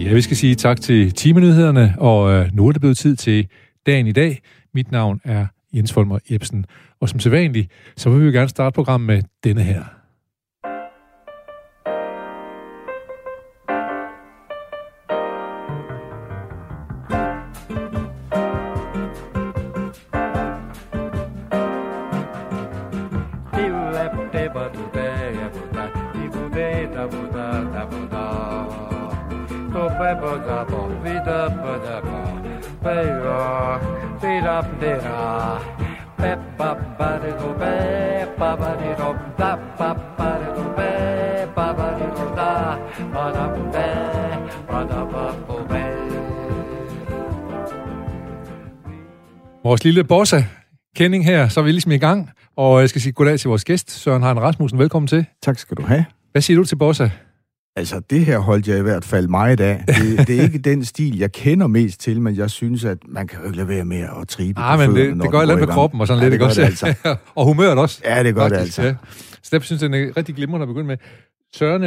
Ja, vi skal sige tak til Timenyhederne, og nu er det blevet tid til dagen i dag. Mit navn er Jens Folmer Jebsen, og som sædvanligt, så vil vi jo gerne starte programmet med denne her. Vores lille bossa-kending her, så er vi ligesom i gang, og jeg skal sige goddag til vores gæst, Søren Hein Rasmussen. Velkommen til. Tak skal du have. Hvad siger du til bossa? Altså, det her holdt jeg i hvert fald meget af. Det er ikke den stil, jeg kender mest til, men jeg synes, at man kan jo ikke lade være med at tribe på fødderne. Men det gør et med kroppen og sådan lidt, ikke også? Altså. Og humøret også. Ja, det gør det altså. Ja. Så derfor synes jeg, det er rigtig glimrende at begynde med. Søren,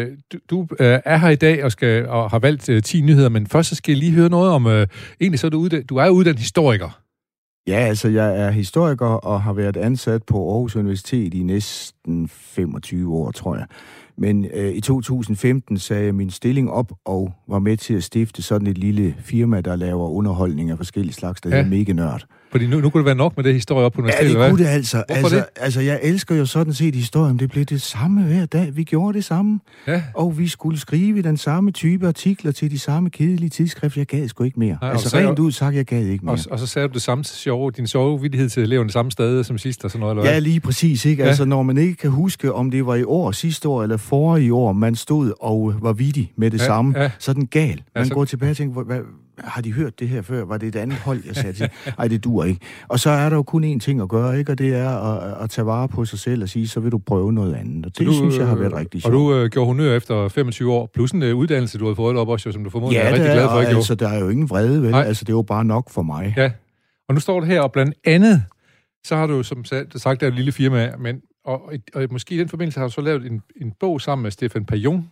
du er her i dag og har valgt 10 nyheder, men først så skal jeg lige høre noget om, egentlig så er du er uddannet historiker. Ja, altså jeg er historiker og har været ansat på Aarhus Universitet i næsten 25 år, tror jeg. Men i 2015 sagde jeg min stilling op og var med til at stifte sådan et lille firma, der laver underholdning af forskellige slags, der hedder Mega Nørd. Fordi nu kunne det være nok med det historie op på universitetet, Ja, det kunne det altså. Hvorfor altså, jeg elsker jo sådan set historien. Det blev det samme hver dag. Vi gjorde det samme. Ja. Og vi skulle skrive den samme type artikler til de samme kedelige tidsskrifter. Jeg gad sgu ikke mere. Ja, altså rent ud sagt, jeg gad ikke mere. Og så sagde du det samme din sjove vittighed til eleverne samme sted som sidst og sådan noget, eller hvad? Ja, lige præcis, ikke? Ja. Altså, når man ikke kan huske, om det var i år, sidste år eller forrige år, man stod og var vittig med det samme, så er den gal. Man går tilbage og tænker, hvad har de hørt det her før? Var det et andet hold, jeg sagde til? Ej, det dur ikke. Og så er der jo kun én ting at gøre, ikke? Og det er at tage vare på sig selv og sige, så vil du prøve noget andet. Og det synes jeg har været rigtig sjovt. Og du gjorde honør efter 25 år, plus en uddannelse, du havde fået op også, som du formodentlig er rigtig glad for. Ja, altså, der er jo ingen vrede, vel? Altså, det er jo bare nok for mig. Ja, og nu står det her, og blandt andet, så har du som sagt, der er et lille firma, men, og måske i den forbindelse har du så lavet en bog sammen med Stefan Pajon,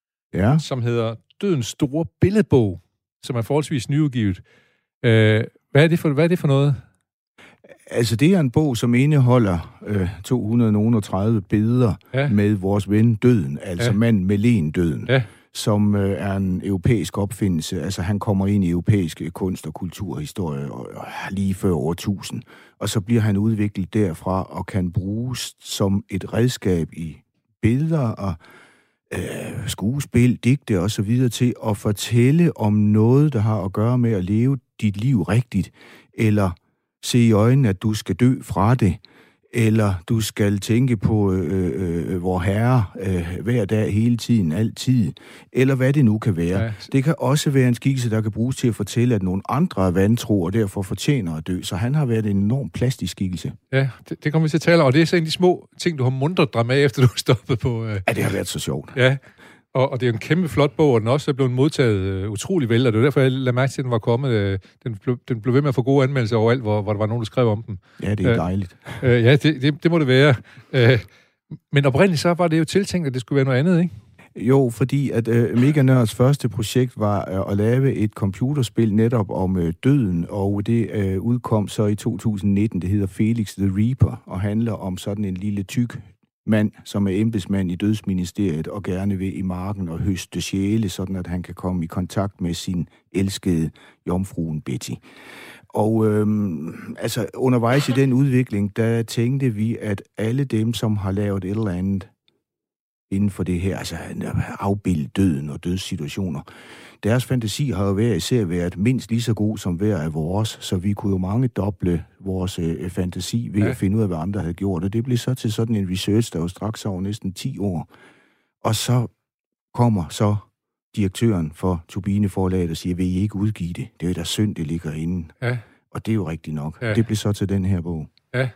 som hedder Dødens store billedbog, som er forholdsvis nyudgivet. Hvad er det for noget? Altså, det er en bog, som indeholder 230 billeder med vores ven Døden, altså mand Melen Døden, som er en europæisk opfindelse. Altså, han kommer ind i europæisk kunst- og kulturhistorie lige før år 1000, og så bliver han udviklet derfra og kan bruges som et redskab i billeder og skuespil, digte og så videre til at fortælle om noget, der har at gøre med at leve dit liv rigtigt, eller se i øjnene, at du skal dø fra det, eller du skal tænke på vor Herre hver dag, hele tiden, altid, eller hvad det nu kan være. Ja. Det kan også være en skikkelse, der kan bruges til at fortælle, at nogle andre er vantro, og derfor fortjener at dø. Så han har været en enorm plastisk skikkelse. Ja, det kommer vi til at tale om, og det er så en af de små ting, du har muntret dig med, efter du har stoppet på... Ja, det har været så sjovt. Ja, og det er en kæmpe flot bog, og den også er blevet modtaget utrolig vel, og det er derfor, jeg lader mærke til, at den var kommet. Den blev ved med at få gode anmeldelser overalt, hvor der var nogen, der skrev om den. Ja, det er dejligt. Ja, det må det være. Men oprindeligt så var det jo tiltænkt, at det skulle være noget andet, ikke? Jo, fordi at Mega Nørds første projekt var at lave et computerspil netop om døden, og det udkom så i 2019. Det hedder Felix the Reaper, og handler om sådan en lille tyk mand, som er embedsmand i dødsministeriet og gerne vil i marken og høste sjæle, sådan at han kan komme i kontakt med sin elskede jomfruen Betty. Og altså undervejs i den udvikling, der tænkte vi, at alle dem, som har lavet et eller andet inden for det her, altså afbilde døden og dødssituationer, deres fantasi har jo især været mindst lige så god som hver af vores, så vi kunne jo mange doble vores fantasi ved at finde ud af, hvad andre havde gjort. Og det blev så til sådan en research, der jo straks over næsten 10 år. Og så kommer så direktøren for Turbine-forlaget og siger, vil I ikke udgive det? Det er jo da synd, det ligger inde. Ja. Og det er jo rigtigt nok. Ja. Det blev så til den her bog. Ja,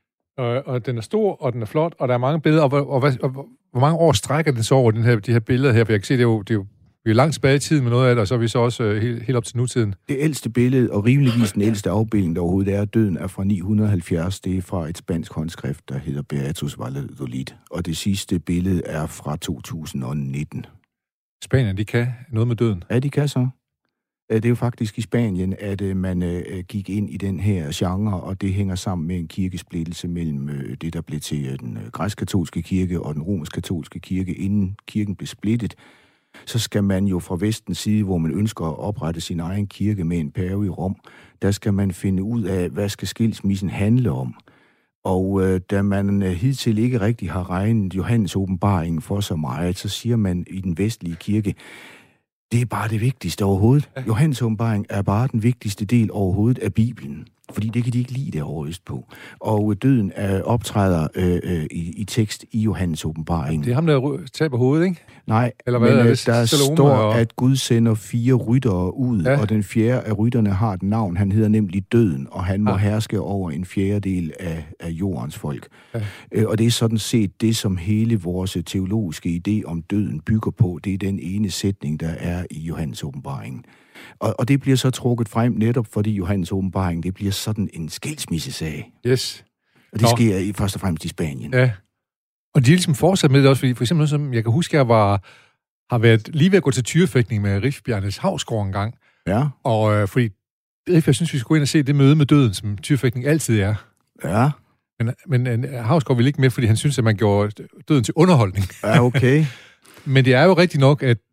og den er stor, og den er flot, og der er mange billeder. Og hvor mange år strækker den så over de her billeder her? For jeg kan se, det er jo vi er langt tilbage i tiden med noget af det, og så er vi så også helt op til nutiden. Det ældste billede, og rimeligvis den ældste afbildning, der overhovedet er døden, er fra 970. Det er fra et spansk håndskrift, der hedder Beatus Valladolid. Og det sidste billede er fra 2019. Spanien, de kan noget med døden. Ja, de kan så. Det er jo faktisk i Spanien, at man gik ind i den her genre, og det hænger sammen med en kirkesplittelse mellem det, der blev til den græsk-katolske kirke og den romersk-katolske kirke. Inden kirken blev splittet, så skal man jo fra vestens side, hvor man ønsker at oprette sin egen kirke med en pave i Rom, der skal man finde ud af, hvad skal skilsmissen handle om. Og da man hidtil ikke rigtig har regnet Johannes åbenbaringen for så meget, så siger man i den vestlige kirke, det er bare det vigtigste overhovedet. Ja. Johannes åbenbaring er bare den vigtigste del overhovedet af Bibelen. Fordi det kan de ikke lide derovre østpå. Og døden optræder i tekst i Johannes åbenbaringen. Det er ham, der taber hovedet, ikke? Nej, eller hvad men der står, at Gud sender 4 ryttere ud, og den fjerde af rytterne har et navn. Han hedder nemlig Døden, og han må herske over en fjerdedel af jordens folk. Ja. Og det er sådan set det, som hele vores teologiske idé om døden bygger på. Det er den ene sætning, der er i Johannes åbenbaringen. Og det bliver så trukket frem netop, fordi Johannes åbenbaring, det bliver sådan en skilsmissesag. Yes. Og det sker først og fremmest i Spanien. Ja. Og de er ligesom fortsat med det også, fordi for eksempel, som jeg kan huske, jeg har været lige ved at gå til tyrefægtning med Rifbjernes Havsgaard en gang. Ja. Og fordi Rif, jeg synes, vi skulle gå ind og se det møde med døden, som tyrefægtning altid er. Ja. Men Havsgaard ville ikke med, fordi han synes, at man gjorde døden til underholdning. Ja, okay. Men det er jo rigtigt nok, at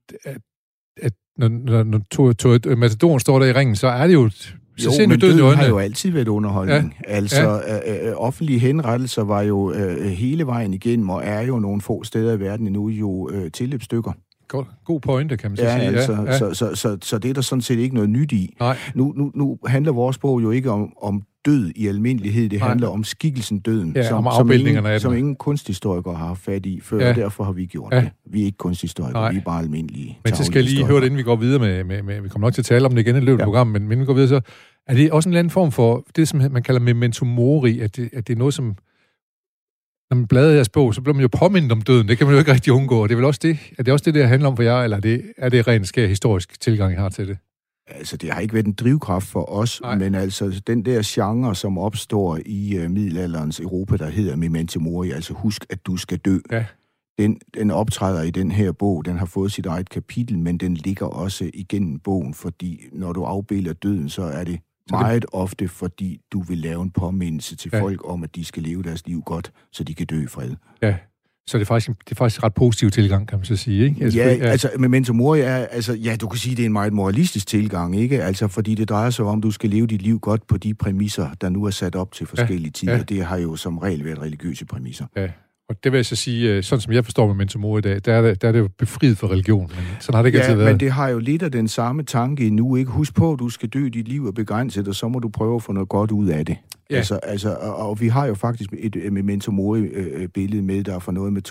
når Matadoren står der i ringen, så er det jo... Så men døden har jo altid været underholdning. Ja. Altså, offentlige henrettelser var jo hele vejen igennem, og er jo nogle få steder i verden endnu jo tilløbsstykker. God pointe, kan man sige. Altså, så det er der sådan set ikke noget nyt i. Nej. Nu handler vores bog jo ikke om død i almindelighed. Det handler om skikkelsen døden, som ingen kunsthistorikere har haft fat i før, og derfor har vi gjort det. Vi er ikke kunsthistorikere, vi er bare almindelige. Men så skal jeg lige høre det, inden vi går videre med vi kommer nok til at tale om det igen i løbet af programmet, men inden vi går videre, så er det også en eller anden form for det, som man kalder memento mori, at det er noget, som når man bladrer jeres bog, så bliver man jo påmindet om døden. Det kan man jo ikke rigtig undgå. Det er vel også det, er det også det, der handler om for jer, eller er det rent skær historisk tilgang, jeg har til det? Altså, det har ikke været en drivkraft for os, men altså, den der genre, som opstår i middelalderens Europa, der hedder memento mori, altså husk, at du skal dø. Ja. Den optræder i den her bog, den har fået sit eget kapitel, men den ligger også igennem bogen, fordi når du afbilder døden, så er det meget ofte, fordi du vil lave en påmindelse til folk om, at de skal leve deres liv godt, så de kan dø i fred. Ja, så det er faktisk ret positiv tilgang, kan man så sige, ikke? Altså, altså memento mori er, altså, du kan sige, det er en meget moralistisk tilgang, ikke? Altså, fordi det drejer sig om, at du skal leve dit liv godt på de præmisser, der nu er sat op til forskellige tider. Ja. Det har jo som regel været religiøse præmisser. Ja. Og det vil jeg så sige, sådan som jeg forstår memento mori i dag, der er det jo befriet for religion, men sådan har det ikke altid været. Ja, men det har jo lidt af den samme tanke endnu, ikke? Husk på, at du skal dø, dit liv er begrænset, og så må du prøve at få noget godt ud af det. Ja. Altså, og vi har jo faktisk et memento mori-billede med, der er for noget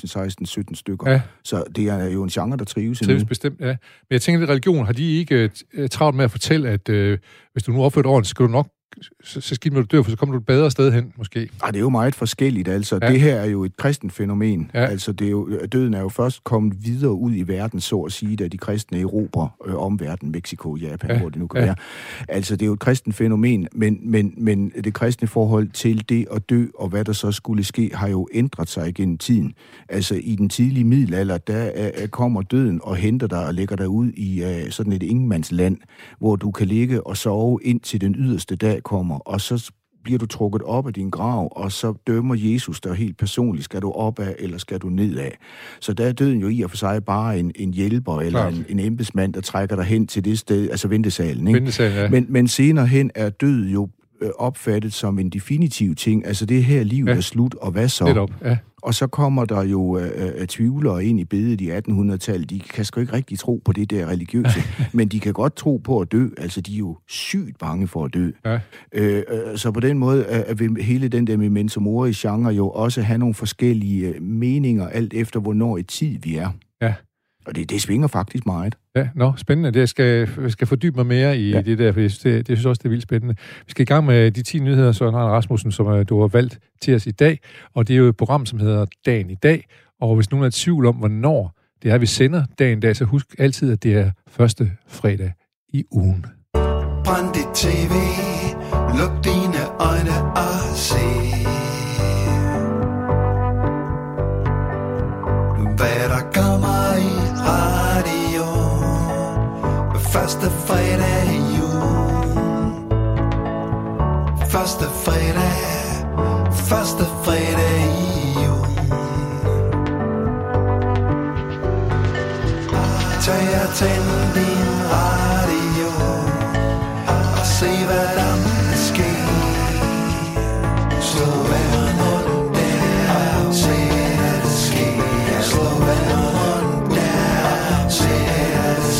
med 2016-17 stykker. Ja. Så det er jo en genre, der trives endnu. Bestemt, ja. Men jeg tænker, at religion, har de ikke travlt med at fortælle, at hvis du nu opfører et ordentligt, så skal du nok så skidt med du dør, for så kommer du et bedre sted hen, måske. Det er jo meget forskelligt, altså. Ja. Det her er jo et kristent fænomen. Ja. Altså, døden er jo først kommet videre ud i verden, så at sige, da de kristne erobrer omverdenen, Mexico, Japan, hvor det nu kan være. Altså, det er jo et kristent fænomen, men det kristne forhold til det at dø, og hvad der så skulle ske, har jo ændret sig igennem tiden. Altså, i den tidlige middelalder, der kommer døden og henter dig og lægger dig ud i sådan et ingenmandsland, hvor du kan ligge og sove ind til den yderste dag kommer, og så bliver du trukket op af din grav, og så dømmer Jesus dig helt personligt. Skal du opad, eller skal du nedad? Så der er døden jo i og for sig bare en hjælper, eller en embedsmand, der trækker dig hen til det sted, altså ventesalen, ikke? Ventesalen, ja. Men senere hen er død jo opfattet som en definitiv ting. Altså det her liv er slut, og hvad så? Netop, ja. Og så kommer der jo tvivlere ind i bedet i 1800-tallet. De kan sgu ikke rigtig tro på det der religiøse, men de kan godt tro på at dø. Altså, de er jo sygt bange for at dø. Ja. Så på den måde vil hele den der memento mori-genre jo også have nogle forskellige meninger, alt efter hvornår i tid vi er. Ja. Og det svinger faktisk meget. Ja, spændende. Jeg skal fordybe mig mere i det der, for jeg synes også, det er vildt spændende. Vi skal i gang med de 10 nyheder, Søren Rane Rasmussen, som du har valgt til os i dag. Og det er jo et program, som hedder Dagen i dag. Og hvis nogen er i tvivl om, hvornår det er, vi sender Dagen i dag, så husk altid, at det er første fredag i ugen. Brænd dit tv, luk dine øjne og se, hvad der kommer i radio. Første fredag i juni. Tag og tænd din radio og se hvad der må ske. Slå vandet rundt der og se at det sker. Slå vandet rundt der og se at det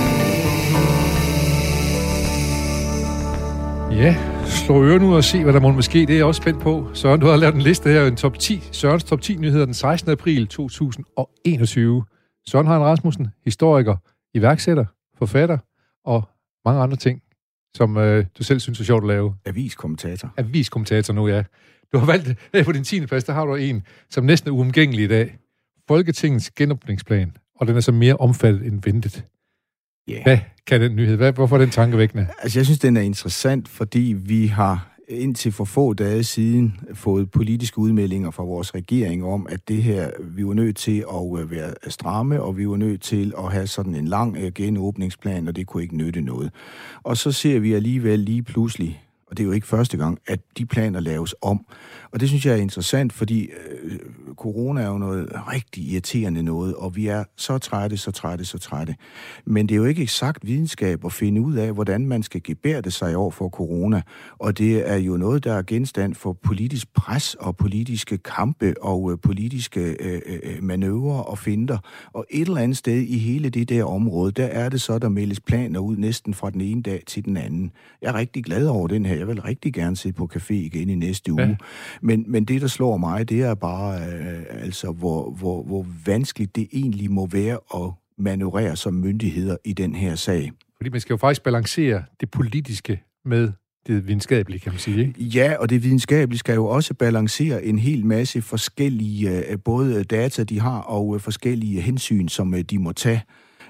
sker. Ja, slå ørerne ud og se, hvad der må ske. Det er jeg også spændt på. Søren, du har lavet en liste her, en top 10. Sørens top 10 nyheder den 16. april 2021. Søren Hein Rasmussen, historiker, iværksætter, forfatter og mange andre ting, som du selv synes er sjovt at lave. Aviskommentator nu, ja. Du har valgt, her på din 10. plads, der har du en, som næsten er uomgængelig i dag. Folketingets genåbningsplan, og den er så mere omfattet end ventet. Yeah. Hvad kan den nyhed? Hvorfor er den tankevækkende? Altså, jeg synes, den er interessant, fordi vi har indtil for få dage siden fået politiske udmeldinger fra vores regering om, at det her, vi var nødt til at være stramme, og vi var nødt til at have sådan en lang genåbningsplan, og det kunne ikke nytte noget. Og så ser vi alligevel lige pludselig, og det er jo ikke første gang, at de planer laves om. Og det synes jeg er interessant, fordi corona er jo noget rigtig irriterende noget, og vi er så trætte. Men det er jo ikke eksakt videnskab at finde ud af, hvordan man skal gebærde sig over for corona. Og det er jo noget, der er genstand for politisk pres og politiske kampe og politiske manøvrer og finter. Og et eller andet sted i hele det der område, der er det så, der meldes planer ud næsten fra den ene dag til den anden. Jeg er rigtig glad over den her. Jeg vil rigtig gerne sidde på café igen i næste uge. Ja. Men det, der slår mig, det er bare altså, hvor vanskeligt det egentlig må være at manøvrere som myndigheder i den her sag. Fordi man skal jo faktisk balancere det politiske med det videnskabelige, kan man sige, ikke? Ja, og det videnskabelige skal jo også balancere en hel masse forskellige, både data, de har, og forskellige hensyn, som de må tage.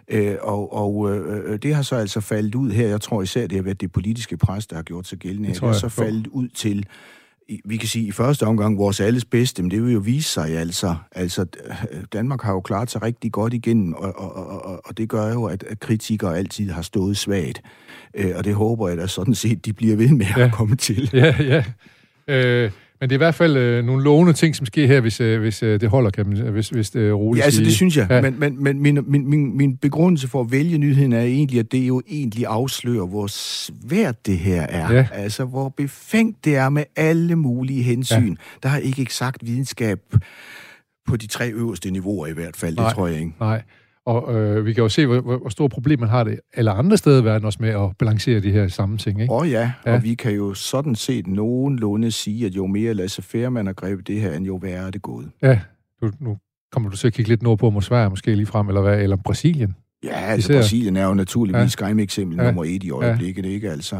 Det har så altså faldet ud her. Jeg tror især, det har været det politiske pres, der har gjort sig gældende. Det har så faldet ud til, vi kan sige i første omgang, vores alles bedste, men det vil jo vise sig altså Danmark har jo klaret sig rigtig godt igennem, og det gør jo, at kritikere altid har stået svagt. Og det håber jeg da sådan set, de bliver ved med at komme til. Ja. Men det er i hvert fald nogle lovende ting, som sker her, hvis det holder, kan man, hvis det roligt. Ja, altså det synes jeg. Ja. Men min begrundelse for at vælge nyheden er egentlig, at det jo egentlig afslører, hvor svært det her er. Ja. Altså, hvor befængt det er med alle mulige hensyn. Ja. Der er ikke eksakt videnskab på de 3 øverste niveauer i hvert fald. Det tror jeg ikke. Nej. Og vi kan jo se, hvor store problemer man har det alle andre steder i verden også med at balancere de her samme ting, ikke? Ja, og vi kan jo sådan set nogenlunde sige, at jo mere laissez-faire man har grebet det her, end jo værre er det gået. Ja, nu kommer du til at kigge lidt nordpå mod Sverige måske ligefrem, eller Brasilien. Ja, altså Brasilien er jo naturligvis skræmmeeksempel nummer 1 i øjeblikket, ikke? Altså,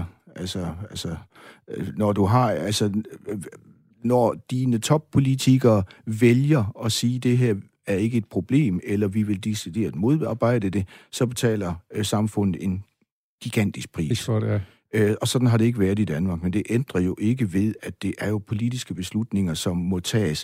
når du har, når dine toppolitikere vælger at sige, det her er ikke et problem, eller vi vil decideret modarbejde det, så betaler samfundet en gigantisk pris. Og sådan har det ikke været i Danmark, men det ændrer jo ikke ved, at det er jo politiske beslutninger, som må tages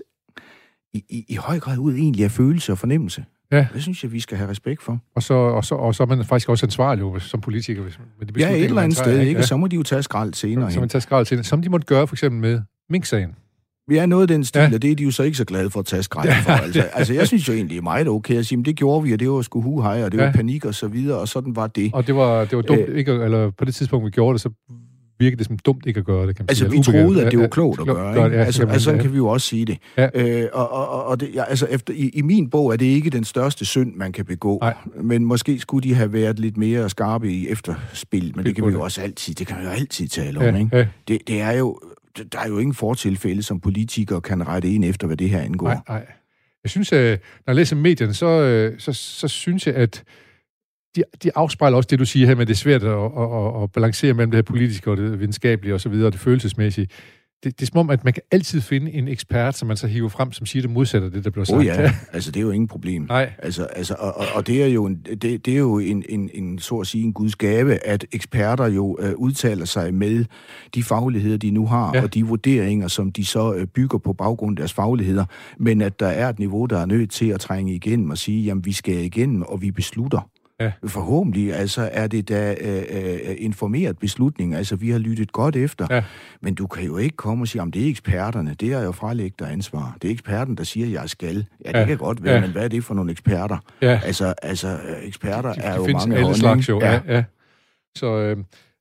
i høj grad ud egentlig af følelse og fornemmelse. Ja. Det synes jeg, vi skal have respekt for. Og så er man faktisk også ansvarlig som politiker. Med de et eller andet sted, ikke? Så må de jo tage skrald senere. Som de måtte gøre for eksempel med Mink-sagen. Vi er noget af den stil, og det er de jo så ikke så glade for at tage skrald for. Altså, jeg synes jo egentlig, det er meget okay at sige, men det gjorde vi, og det var sgu huhej, og det var panik og så videre, og sådan var det. Og det var dumt, ikke, eller på det tidspunkt, vi gjorde det, så virkede det som dumt ikke at gøre det, kan man sige. Vi troede, at det var klogt at gøre, ikke? Sådan kan vi jo også sige det. Ja. Og det, i min bog er det ikke den største synd, man kan begå. Nej. Men måske skulle de have været lidt mere skarpe i efterspil, men det kan vi jo også altid tale om, ikke? Ja. Det er jo... Der er jo ingen fortilfælde, som politikere kan rette ind efter, hvad det her angår. Nej. Jeg synes, når jeg læser medierne, så synes jeg, at de afspejler også det, du siger her, med det er svært at balancere mellem det her politiske og det videnskabelige og så videre, og det følelsesmæssige. Det er som om, at man kan altid finde en ekspert, som man så hiver frem, som siger, det modsatte det, der bliver sagt. Altså det er jo ingen problem. Nej. Og det er jo det er jo en så at sige en guds gave, at eksperter jo udtaler sig med de fagligheder, de nu har, og de vurderinger, som de så bygger på baggrund af deres fagligheder, men at der er et niveau, der er nødt til at trænge igennem og sige, jamen vi skal igennem, og vi beslutter. Ja. Forhåbentlig, altså er det da informeret beslutning. Altså, vi har lyttet godt efter. Ja. Men du kan jo ikke komme og sige, om det er eksperterne. Det er jo fralægt dig ansvar. Det er eksperten, der siger, at jeg skal. Ja, det kan godt være, men hvad er det for nogle eksperter? Ja. Altså eksperter er jo mange alle slags jo. Ja. Så,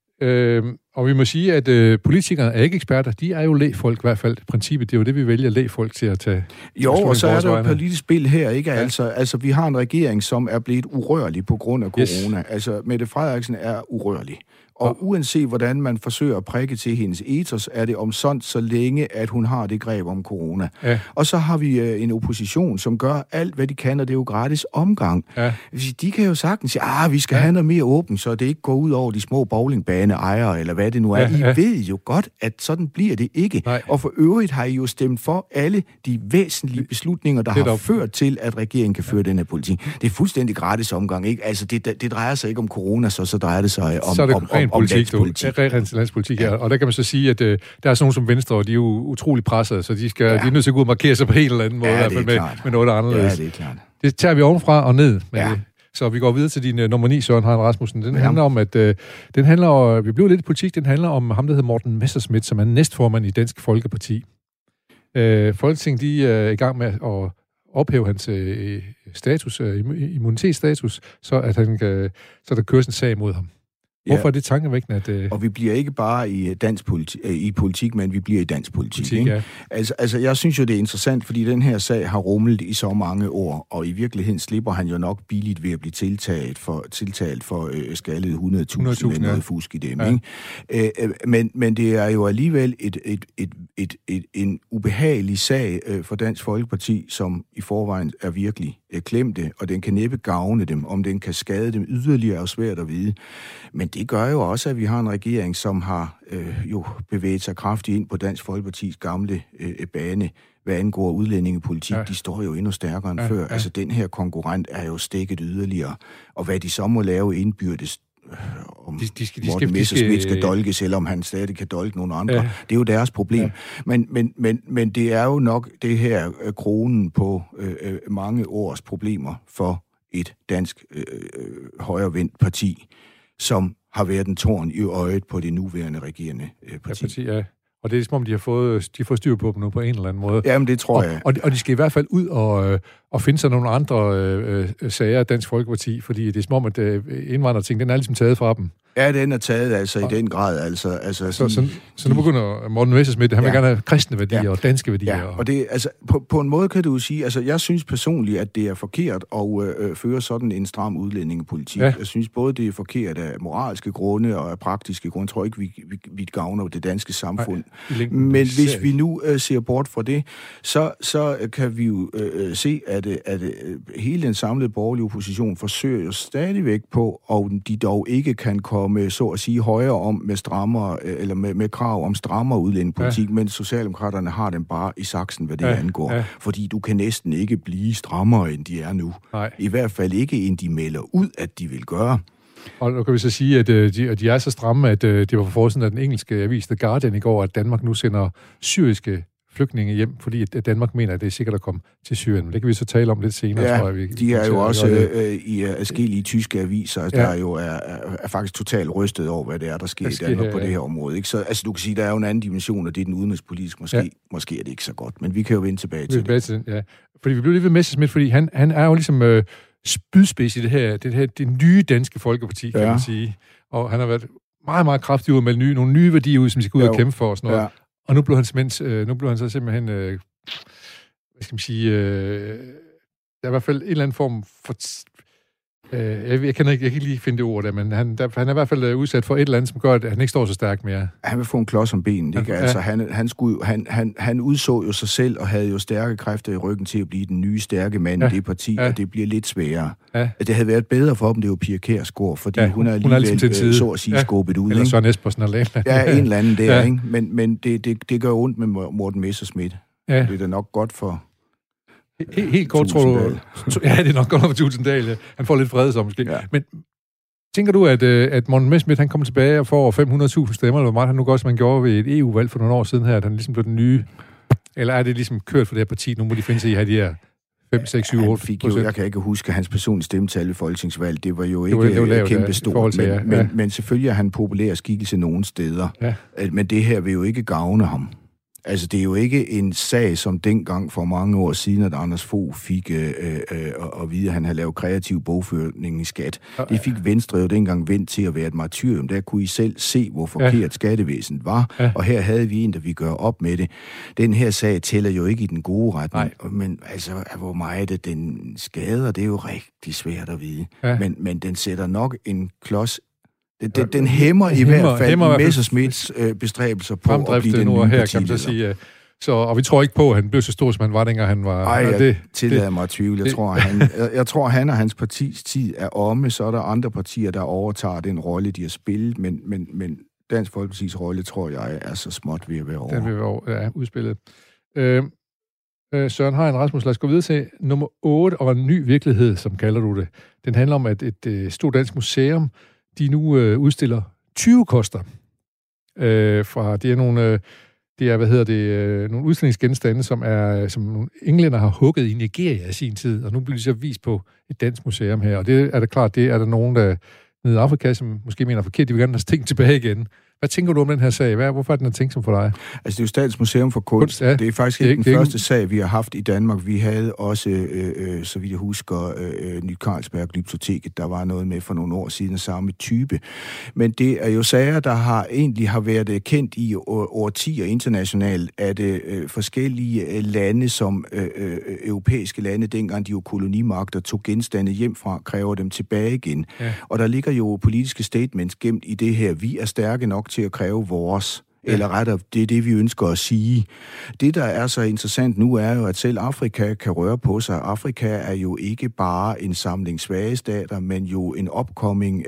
og vi må sige, at politikerne er ikke eksperter. De er jo lægfolk i hvert fald. Princippet, det er jo det, vi vælger lægfolk til at tage. Jo, og så er der jo politisk spil her, ikke? Ja. Altså, vi har en regering, som er blevet urørlig på grund af corona. Yes. Altså, Mette Frederiksen er urørlig. Og uanset hvordan man forsøger at prikke til hendes ethos, er det omsondt så længe, at hun har det greb om corona. Ja. Og så har vi en opposition, som gør alt, hvad de kan, og det er jo gratis omgang. Ja. De kan jo sagtens sige, vi skal have noget mere åbent, så det ikke går ud over de små bowlingbaneejere, eller hvad det nu er. I ved jo godt, at sådan bliver det ikke. Nej. Og for øvrigt har I jo stemt for alle de væsentlige beslutninger, der har ført til, at regeringen kan føre den her politik. Det er fuldstændig gratis omgang, ikke? Altså, det drejer sig ikke om corona, så drejer det sig om landspolitik, ja. Og der kan man så sige, at der er sådan nogle som Venstre, og de er jo utrolig pressede, så de er nødt til at gå ud og markere sig på en eller anden måde, i hvert fald med noget, der er anderledes. Ja, det er klart. Det tager vi ovenfra og ned med det. Så vi går videre til din nummer 9, Søren Harald Rasmussen. Den handler om, at vi blev lidt i politik, den handler om ham, der hedder Morten Messerschmidt, som er næstformand i Dansk Folkeparti. Folketinget, de er i gang med at ophæve hans status, immunitetsstatus, så der køres en sag mod ham. Hvorfor er det tankevækkende? Og vi bliver ikke bare i politik, men vi bliver i dansk politik. Ja. Altså, jeg synes jo, det er interessant, fordi den her sag har rumlet i så mange år, og i virkeligheden slipper han jo nok billigt ved at blive tiltalt for skaldet 100.000 med noget fusk i dem. Ja. Ikke? Men det er jo alligevel en ubehagelig sag for Dansk Folkeparti, som i forvejen er virkelig klemte, og den kan næppe gavne dem. Om den kan skade dem yderligere er svært at vide. Men det gør jo også, at vi har en regering, som har jo bevæget sig kraftigt ind på Dansk Folkepartis gamle bane, hvad angår udlændingepolitik. Ja. De står jo endnu stærkere end før. Ja. Altså, den her konkurrent er jo stikket yderligere. Og hvad de så må lave indbyrdes, om Morten Messerschmidt skal dolkes, eller om han stadig kan dolke nogle andre. Ja. Det er jo deres problem. Ja. Men det er jo nok det her kronen på mange års problemer for et dansk højrevendt parti, som har været en torn i øjet på det nuværende regerende parti. Ja. Og det er som om, de har fået styr på dem nu på en eller anden måde. Jamen, det tror jeg. Og de skal i hvert fald ud og finde sig nogle andre sager af Dansk Folkeparti, fordi det er som om, at indvandrerting, den er ligesom taget fra dem. Ja, den er taget altså i den grad. Så nu begynder Morten Messerschmidt, han vil gerne have kristne værdier og danske værdier. Ja, og det, altså, på en måde kan du sige, altså jeg synes personligt, at det er forkert at føre sådan en stram udlændingepolitik. Ja. Jeg synes både, det er forkert af moralske grunde og af praktiske grunde. Jeg tror ikke, vi gavner det danske samfund. Nej, men hvis vi nu ser bort fra det, så kan vi jo se, at hele den samlede borgerlige opposition forsøger jo stadigvæk på, og de dog ikke kan komme så at sige højere om med strammere, eller med krav om strammere udlændingepolitik, men Socialdemokraterne har dem bare i saksen, hvad det angår. Ja. Fordi du kan næsten ikke blive strammere, end de er nu. Nej. I hvert fald ikke, end de melder ud, at de vil gøre. Og nu kan vi så sige, at de er så stramme, at det var for forsiden af den engelske avis The Guardian i går, at Danmark nu sender syriske flygtninge hjem, fordi at Danmark mener, at det er sikkert at komme til Syrien. Men det kan vi så tale om lidt senere, tror jeg. De er jo også i adskillige tyske aviser, der jo er faktisk totalt rystet over, hvad det er, der sker i Danmark på det her område. Ikke? Så altså, du kan sige, der er jo en anden dimension, og det er den udenrigspolitiske. Måske er det ikke så godt, men vi kan jo vende tilbage til det. Ja. Fordi vi blev lige ved Messerschmidt, fordi han er jo ligesom spydspids i det nye danske folkeparti, kan man sige. Og han har været meget, meget kraftig ud med nogle nye værdier ud, som de skal ud og kæmpe for og sådan noget. Ja. Og nu blev han så simpelthen, hvad skal man sige, der er i hvert fald en eller anden form for, jeg kan ikke lige finde det ord der, men han er i hvert fald udsat for et eller andet, som gør, at han ikke står så stærkt mere. Han vil få en klods om benet, ikke? Altså, han udså jo sig selv, og havde jo stærke kræfter i ryggen til at blive den nye stærke mand i det parti, og det bliver lidt sværere. Ja. Det havde været bedre for dem, det var Pia Kjærsgaard, fordi hun er alligevel så at sige skubbet ud. Eller Søren Espersen eller en eller anden der, ikke? Men det gør ondt med Morten Messerschmidt. Ja. Det er da nok godt for helt kort, tror du... Ja, det er nok godt for Tusinddal. Han får lidt fred så måske. Ja. Men tænker du, at Morten Messerschmidt, han kommer tilbage og får 500.000 stemmer, eller hvor meget han nu gør, som man gjorde ved et EU-valg for nogle år siden her, at han ligesom blev den nye? Eller er det ligesom kørt for det her parti? Nu må de finde sig i at have de her 5, 6, 7, 8%. Jeg kan ikke huske hans personlige stemmetal ved folketingsvalg. Det var jo ikke kæmpe stort, men selvfølgelig er han populær skikkelse nogle steder. Ja. Men det her vil jo ikke gavne ham. Altså, det er jo ikke en sag, som dengang for mange år siden, at Anders Fogh fik at vide, at han havde lavet kreativ bogføring i skat. Det fik Venstre jo dengang vendt til at være et martyrium. Der kunne I selv se, hvor forkert skattevæsenet var, og her havde vi en, der vi gør op med det. Den her sag tæller jo ikke i den gode retning, men altså, hvor meget det den skader, det er jo rigtig svært at vide. Ja. Men den sætter nok en klods. Den hæmmer i hvert fald Messerschmidts bestræbelser på at blive den nye partileder. Og vi tror ikke på, at han blev så stor, som han var, dengang han var... Nej, jeg tillader mig at tvivle. Jeg tror, han og hans partis tid er omme, så er der andre partier, der overtager den rolle, de har spillet, men Dansk Folkepartis rolle, tror jeg, er så småt ved at være over. Den vil være over, udspillet. Søren Hein Rasmus, lad os gå videre til nummer 8, og en ny virkelighed, som kalder du det. Den handler om, at et stort dansk museum, de nu udstiller 20 koster fra det er nogle nogle udstillingsgenstande, som nogle englænder har hugget i Nigeria i sin tid, og nu bliver de så vist på et dansk museum her, og det er da klart, det er der nogen, der nede i Afrika, som måske mener forkert, de vil gerne have ting tilbage igen. Hvad tænker du om den her sag? Hvorfor er den her ting som for dig? Altså, det er jo Statens Museum for Kunst. Ja. Det er faktisk ikke den første sag, vi har haft i Danmark. Vi havde også, så vidt jeg husker, Ny Carlsberg Glyptoteket. Der var noget med for nogle år siden af samme type. Men det er jo sager, der egentlig har været kendt i årtier internationalt, at forskellige lande, som europæiske lande, dengang de jo kolonimagter, tog genstande hjem fra, kræver dem tilbage igen. Ja. Og der ligger jo politiske statements gemt i det her. Vi er stærke nok til at kræve vores, eller rettere, det er det, vi ønsker at sige. Det, der er så interessant nu, er jo, at selv Afrika kan røre på sig. Afrika er jo ikke bare en samling svage stater, men jo en opkomming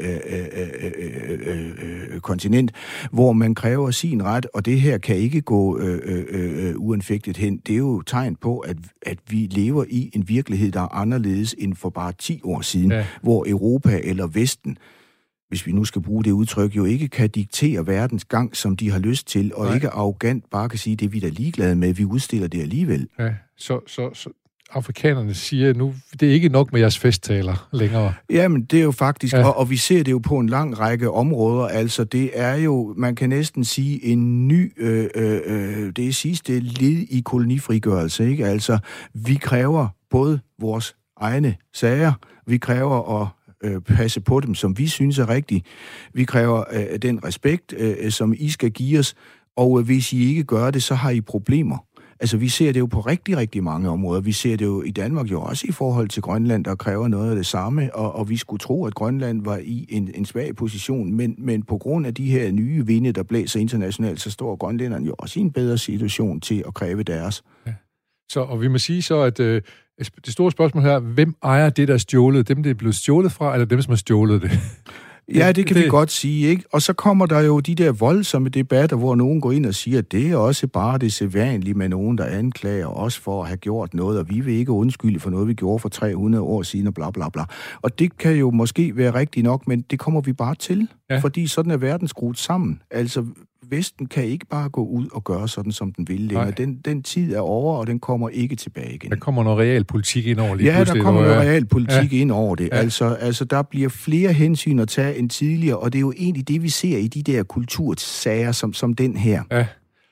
kontinent, hvor man kræver sin ret, og det her kan ikke gå uanfægtet hen. Det er jo tegn på, at vi lever i en virkelighed, der er anderledes end for bare 10 år siden, hvor Europa eller Vesten, hvis vi nu skal bruge det udtryk, jo ikke kan diktere verdens gang, som de har lyst til, og ikke arrogant bare kan sige, det er vi da ligeglade med, vi udstiller det alligevel. Ja, så afrikanerne siger nu, det er ikke nok med jeres festtaler længere. Jamen, det er jo faktisk, og vi ser det jo på en lang række områder, altså det er jo, man kan næsten sige, en ny, det er sidste led i kolonifrigørelse, ikke? Altså, vi kræver både vores egne sager, vi kræver at passe på dem, som vi synes er rigtigt. Vi kræver den respekt, som I skal give os, og hvis I ikke gør det, så har I problemer. Altså, vi ser det jo på rigtig, rigtig mange områder. Vi ser det jo i Danmark jo også i forhold til Grønland, der kræver noget af det samme, og vi skulle tro, at Grønland var i en svag position, men på grund af de her nye vinde, der blæser internationalt, så står grønlænderne jo også i en bedre situation til at kræve deres. Ja. Og vi må sige så, at det store spørgsmål her, hvem ejer det, der er stjålet? Dem, det er blevet stjålet fra, eller dem, som har stjålet det? Ja, det kan vi godt sige, ikke? Og så kommer der jo de der voldsomme debatter, hvor nogen går ind og siger, at det er også bare det sædvanlige med nogen, der anklager os for at have gjort noget, og vi vil ikke undskylde for noget, vi gjorde for 300 år siden, og bla bla bla. Og det kan jo måske være rigtigt nok, men det kommer vi bare til, fordi sådan er verden skruet sammen. Altså, Vesten kan ikke bare gå ud og gøre sådan, som den vil længere. Den tid er over, og den kommer ikke tilbage igen. Der kommer noget realpolitik ind over det. Ja, der kommer noget realpolitik ind over det. Ja. Altså, der bliver flere hensyn at tage end tidligere, og det er jo egentlig det, vi ser i de der kultursager, som den her. Ja.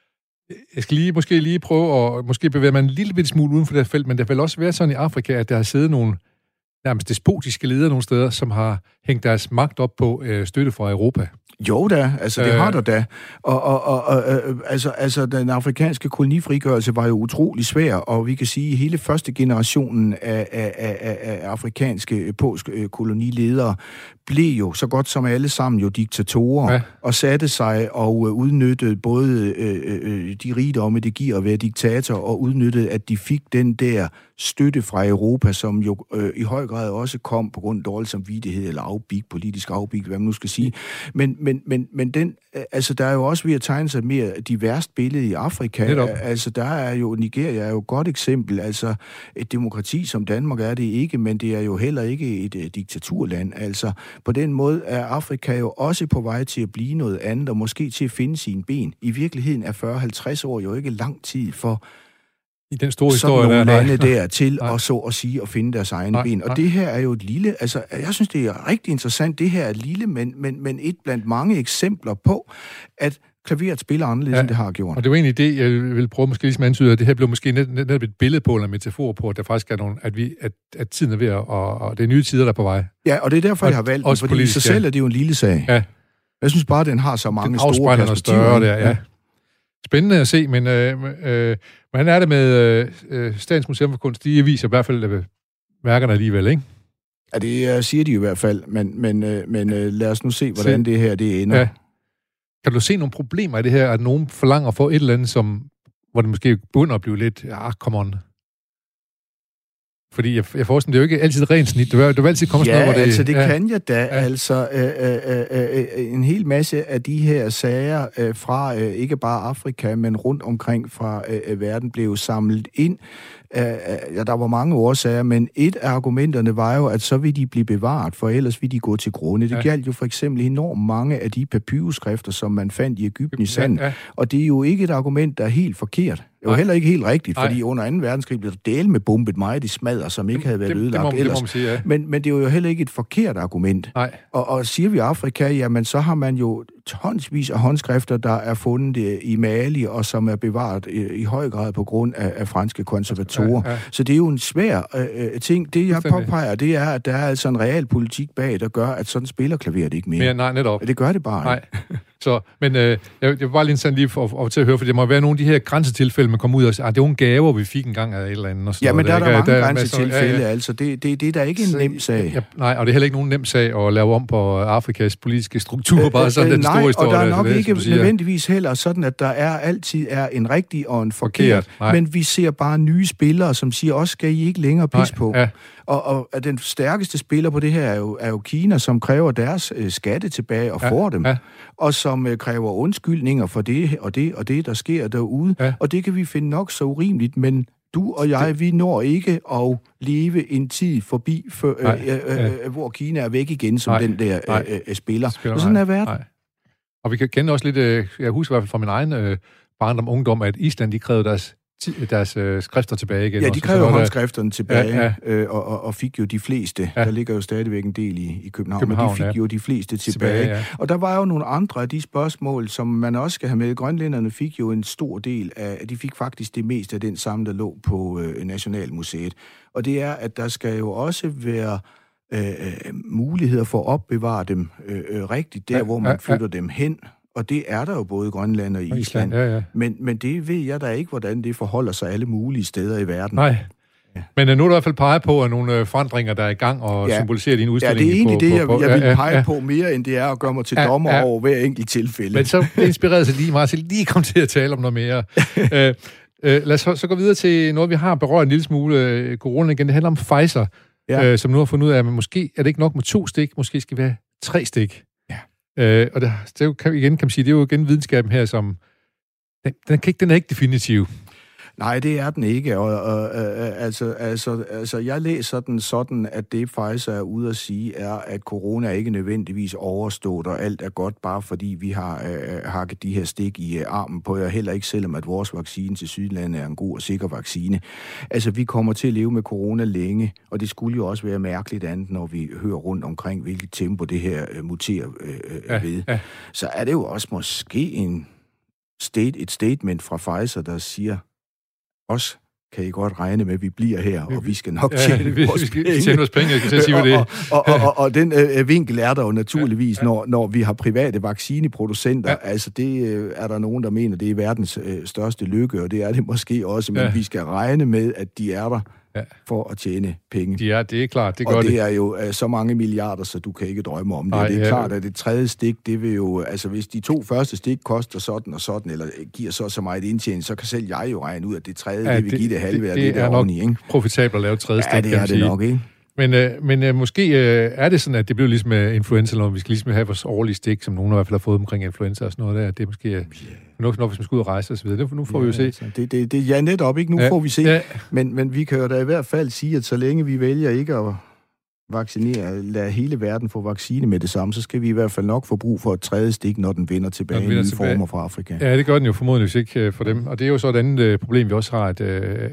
Jeg skal måske lige prøve at måske bevæge mig en lille bitte smule uden for det her felt, men der vil også være sådan i Afrika, at der har siddet nogle nærmest despotiske ledere nogle steder, som har hængt deres magt op på støtte fra Europa. Jo da, altså det har der da. Altså den afrikanske kolonifrigørelse var jo utrolig svær, og vi kan sige, at hele første generationen af afrikanske postkoloniledere blev jo så godt som alle sammen jo diktatorer, og satte sig og udnyttede både de rigdomme, det giver at være diktator, og udnyttede, at de fik den der støtte fra Europa, som jo i høj grad også kom på grund af dårlig samvittighed eller politisk afbig, hvad man nu skal sige. Men den, altså der er jo også ved at tegne sig mere diverst billede i Afrika. Altså der er jo, Nigeria er jo et godt eksempel, altså et demokrati som Danmark er det ikke, men det er jo heller ikke et diktaturland. Altså på den måde er Afrika jo også på vej til at blive noget andet, og måske til at finde sine ben. I virkeligheden er 40-50 år jo ikke lang tid for I den store sådan historie nogle der, lande der til at så at sige at finde deres egne ben. Og det her er jo et lille, altså jeg synes, det er rigtig interessant. Det her er et lille, men et blandt mange eksempler på, at klaveret spiller anderledes, end det har gjort. Og det var egentlig det, jeg vil prøve måske ligesom at antyde, at det her blev måske netop et billede på, eller en metafor på, at der faktisk er nogle, at tiden er ved og det er nye tider, der er på vej. Ja, og det er derfor, jeg har valgt den, fordi i sig selv er det jo en lille sag. Ja. Jeg synes bare, den har så mange store perspektiver. Større der, ja. Spændende at se, men hvordan er det med Statens Museum for Kunst? De viser i hvert fald værkerne alligevel, ikke? Ja, det siger de i hvert fald, men lad os nu se, hvordan det her det ender. Ja. Kan du se nogle problemer i det her, at nogen forlanger for et eller andet, hvor det måske begynder at blive lidt, come on. Fordi jeg forestiller, det er jo ikke altid rent snit. Det vil altid komme sådan noget, hvor det... altså det kan jeg da. Ja. Altså en hel masse af de her sager fra ikke bare Afrika, men rundt omkring fra verden blev samlet ind. Der var mange årsager, men et af argumenterne var jo, at så vil de blive bevaret, for ellers vil de gå til grunde. Det galt jo for eksempel enormt mange af de papyrusskrifter, som man fandt i Egypten i sand. Ja. Og det er jo ikke et argument, der er helt forkert. Det var heller ikke helt rigtigt, fordi under 2. verdenskrig blev der delt med bombet meget i smadder, som ikke havde været ødelagt ellers. Det sige, ja. Men det er jo heller ikke et forkert argument. Og siger vi Afrika, jamen så har man jo tonsvis af håndskrifter, der er fundet i Mali, og som er bevaret i høj grad på grund af franske konservatorer. Ja. Så det er jo en svær ting. Det, jeg påpeger, det er, at der er altså en realpolitik bag, der gør, at sådan spiller klaveret ikke mere. Nej, netop. Det gør det bare. Nej. Så, men jeg var bare lige sådan lige for til at høre, for det må være nogle af de her grænsetilfælde, man kommer ud og siger, det er nogle gaver, vi fik engang af et eller andet. Og sådan men der er der mange grænsetilfælde, altså. Det er da ikke en nem sag. Nej, og det er heller ikke nogen nem sag at lave om på Afrikas politiske struktur, bare sådan den store historie. Og der er nok ikke nødvendigvis heller sådan, at der altid er en rigtig og en forkert. Men vi ser bare nye spillere, som siger, også skal I ikke længere pis på. Ja. Og den stærkeste spiller på det her er jo Kina, som kræver deres skatte tilbage og får dem. Ja. Og som kræver undskyldninger for det og det og det, der sker derude. Ja. Og det kan vi finde nok så urimeligt, men du og jeg, vi når ikke at leve en tid forbi, hvor Kina er væk igen som den der spiller. Og sådan er verden. Nej. Og vi kan kende også lidt, jeg husker i hvert fald fra min egen barndom ungdom, at Island, de krævede deres skrifter tilbage igen. Ja, de krævede håndskrifterne tilbage, og fik jo de fleste. Der ligger jo stadigvæk en del i København, men de fik jo de fleste tilbage. Og der var jo nogle andre af de spørgsmål, som man også skal have med. Grønlænderne fik jo en stor del af, de fik faktisk det meste af den samling, der lå på Nationalmuseet. Og det er, at der skal jo også være muligheder for at opbevare dem rigtigt, der hvor man flytter dem hen. Og det er der jo både i Grønland og i Island. Ja. Men det ved jeg da ikke, hvordan det forholder sig alle mulige steder i verden. Nej. Ja. Men nu er der i hvert fald peget på, at nogle forandringer, der er i gang og symboliserer din udstilling. Ja, det er egentlig jeg vil pege på mere, end det er at gøre mig til dommer over hver enkelt tilfælde. Men så inspirerede sig lige meget til lige komme til at tale om noget mere. Lad os så gå videre til noget, vi har berørt en lille smule corona igen. Det handler om Pfizer, som nu har fundet ud af, at måske er det ikke nok med 2 stik, måske skal vi have 3 stik. Og det kan man sige, det er jo igen videnskaben her, som den er ikke definitiv. Nej, det er den ikke. Altså, jeg læser den sådan, at det Pfizer er ude at sige, er, at corona ikke nødvendigvis overstået, og alt er godt, bare fordi vi har hakket de her stik i armen på jer. Heller ikke selvom, at vores vaccine til Sydlandet er en god og sikker vaccine. Altså, vi kommer til at leve med corona længe, og det skulle jo også være mærkeligt andet, når vi hører rundt omkring, hvilket tempo det her muterer ved. Ja. Så er det jo også måske et statement fra Pfizer, der siger, os kan I godt regne med, at vi bliver her, og vi skal nok tjene vores penge. Jeg kan sige, hvad det er. Og den vinkel er der jo naturligvis, når vi har private vaccineproducenter. Ja. Altså, det er der nogen, der mener, det er verdens største lykke, og det er det måske også, men vi skal regne med, at de er der for at tjene penge. Det er klart, det gør og det er jo så mange milliarder, så du kan ikke drømme om det. Nej, det er klart, at det 3. stik, det vil jo, altså hvis de 2 første stik koster sådan og sådan, eller giver så meget indtjening, så kan selv jeg jo regne ud, at det 3. det vil give det halve af det der oveni, ikke? Det er nok profitabelt at lave 3. stik, det er det nok, ikke? Men måske er det sådan, at det bliver ligesom influenza, når vi skal ligesom have vores årlige stik, som nogen i hvert fald har fået omkring influenza og sådan noget der. Det er måske nok, hvis man skal ud og rejse og så videre. Nu får vi jo se. Altså, det netop ikke. Nu får vi se. Ja. Men vi kan jo da i hvert fald sige, at så længe vi vælger ikke at lade hele verden få vaccine med det samme, så skal vi i hvert fald nok få brug for et tredje stik, når den vender tilbage i nye former fra Afrika. Ja, det gør den jo formodentligvis ikke for dem. Og det er jo så et andet problem, vi også har, at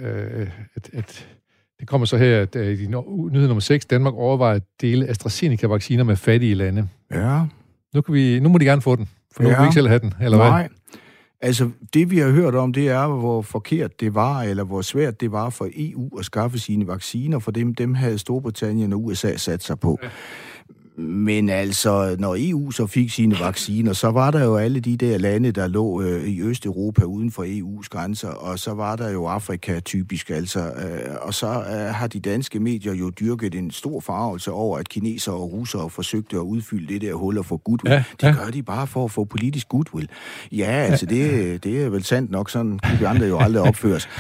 det kommer så her, at i nyhed nummer 6, Danmark overvejer at dele AstraZeneca-vacciner med fattige lande. Ja. Nu må de gerne få den, for nu kan vi ikke selv have den, eller hvad? Nej. Altså, det vi har hørt om, det er, hvor forkert det var, eller hvor svært det var for EU at skaffe sine vacciner, for dem havde Storbritannien og USA sat sig på. Ja. Men altså, når EU så fik sine vacciner, så var der jo alle de der lande, der lå i Østeuropa uden for EU's grænser, og så var der jo Afrika typisk, altså. Og så har de danske medier jo dyrket en stor forargelse over, at kinesere og russere forsøgte at udfylde det der huller for goodwill. Ja. Det gør de bare for at få politisk goodwill. Ja, altså, det er vel sandt nok, sådan kunne vi andre jo aldrig opføres.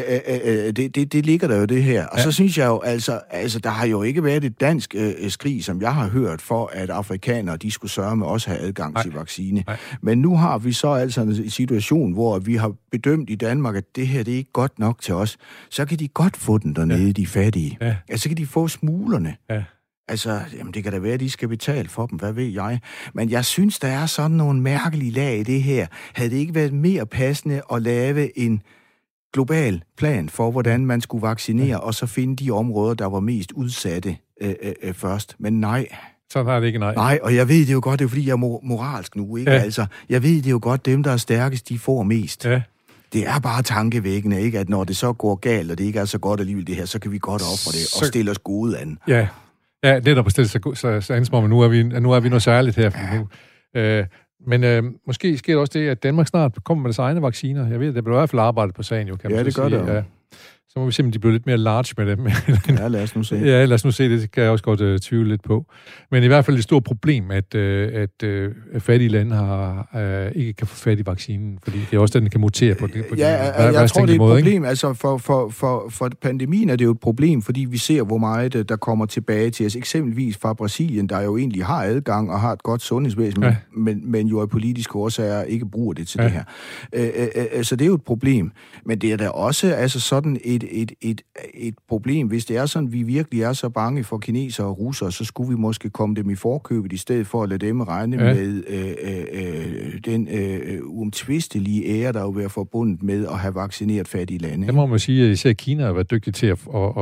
Det ligger der jo det her. Og så synes jeg jo, altså der har jo ikke været et dansk skrig, som jeg har hørt, for at afrikanere, de skulle sørge med også have adgang til vaccine. Nej. Men nu har vi så altså en situation, hvor vi har bedømt i Danmark, at det her, det er ikke godt nok til os. Så kan de godt få den dernede, de fattige. Ja. Altså, så kan de få smuglerne. Ja. Altså, jamen, det kan da være, at de skal betale for dem, hvad ved jeg. Men jeg synes, der er sådan nogle mærkelige lag i det her. Havde det ikke været mere passende at lave en global plan for, hvordan man skulle vaccinere, og så finde de områder, der var mest udsatte først? Men nej. Sådan er det ikke, nej. Nej, og jeg ved det jo godt, det er fordi, jeg er moralsk nu, ikke? Ja. Altså, jeg ved det jo godt, dem, der er stærkest, de får mest. Ja. Det er bare tankevækkende, ikke? At når det så går galt, og det ikke er så godt alligevel det her, så kan vi godt ofre det og stille os gode an. Ja, netop at stille så ansvar, men nu er vi noget særligt her. Ja. Men måske sker det også det, at Danmark snart kommer med deres egne vacciner. Jeg ved, der bliver i hvert fald arbejdet på sagen, jo, kan man det gør det. Ja. Så må vi simpelthen, de bliver lidt mere large med dem. Ja, lad os nu se. Ja, lad os nu se. Det kan jeg også godt tvivle lidt på. Men i hvert fald et stort problem, at fattige lande ikke kan få fat i vaccinen, fordi det er også den kan mutere på det. Jeg tror, det er et problem. Ikke? Altså, for pandemien er det jo et problem, fordi vi ser, hvor meget der kommer tilbage til os. Eksempelvis fra Brasilien, der jo egentlig har adgang og har et godt sundhedsvæsen, men jo af politiske årsager ikke bruger det til det her. Så det er jo et problem. Men det er da også altså sådan et problem. Hvis det er sådan, vi virkelig er så bange for kinesere og russere, så skulle vi måske komme dem i forkøbet, i stedet for at lade dem regne med den uomtvistelige ære, der er jo været forbundet med at have vaccineret fattige lande. Det må man sige, at især Kina har været dygtig til at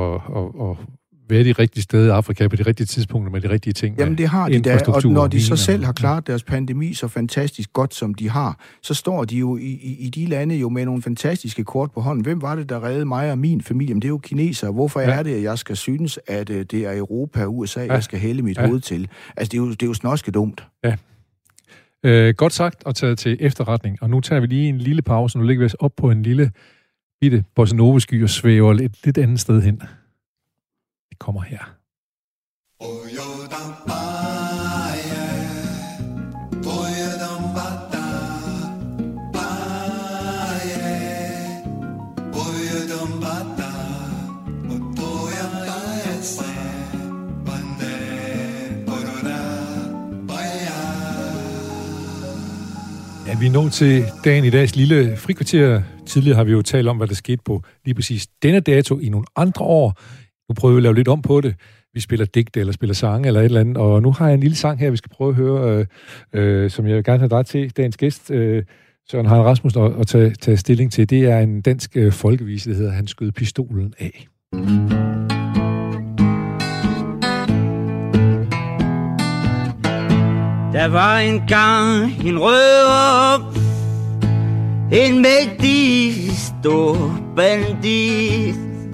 være de rigtige steder i Afrika på de rigtige tidspunkter med de rigtige ting. Jamen det har de da, og når de så selv har klaret deres pandemi så fantastisk godt, som de har, så står de jo i de lande jo med nogle fantastiske kort på hånden. Hvem var det, der reddede mig og min familie? Men det er jo kinesere. Hvorfor er det, at jeg skal synes, at det er Europa og USA, jeg skal hælde mit hoved til? Altså det er jo snoske dumt. Ja. Godt sagt og taget til efterretning. Og nu tager vi lige en lille pause. Nu ligger vi os op på en lille bitte bossa nova-sky og svæver lidt andet sted hen. Det kommer her. Ja, vi er nået til dagen i dags lille frikvarter. Tidligere har vi jo talt om, hvad der skete på lige præcis denne dato i nogle andre år. Nu prøver vi at lave lidt om på det. Vi spiller digte eller spiller sange eller et eller andet. Og nu har jeg en lille sang her, vi skal prøve at høre, som jeg vil gerne have dig til, dagens gæst, Søren Harald Rasmussen, at tage stilling til. Det er en dansk folkevise, der hedder Han skød pistolen af. Der var engang en røver, en mægtig stor bandit,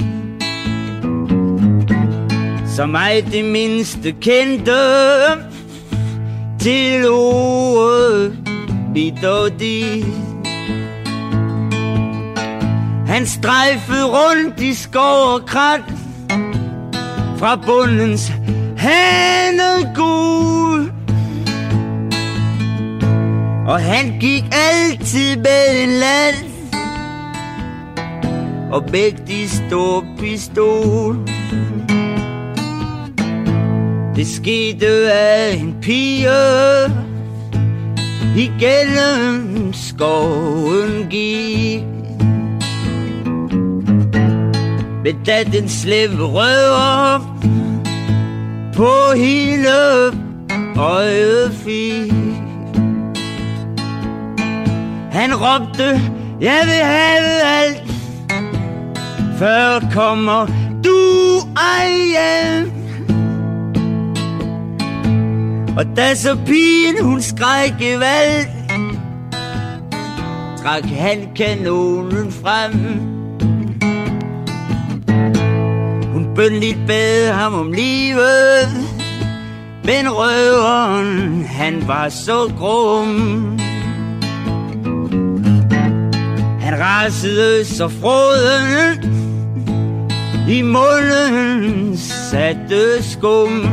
som ej det mindste kendte til ordet dit og dit. Han strejfede rundt i skov og krat, fra bundens hanegul, og han gik altid med en land og mægtig stor pistol. Det skete af en pige igennem skoven gik, men da den slemme røver på hele øjefik. Han råbte, jeg vil have alt, før kommer du hjem. Og da så pigen hun skreg gevald, trak han kanonen frem. Hun bønligt bad ham om livet, men røveren han var så grum. Han rasede så fråden, i munden satte skum.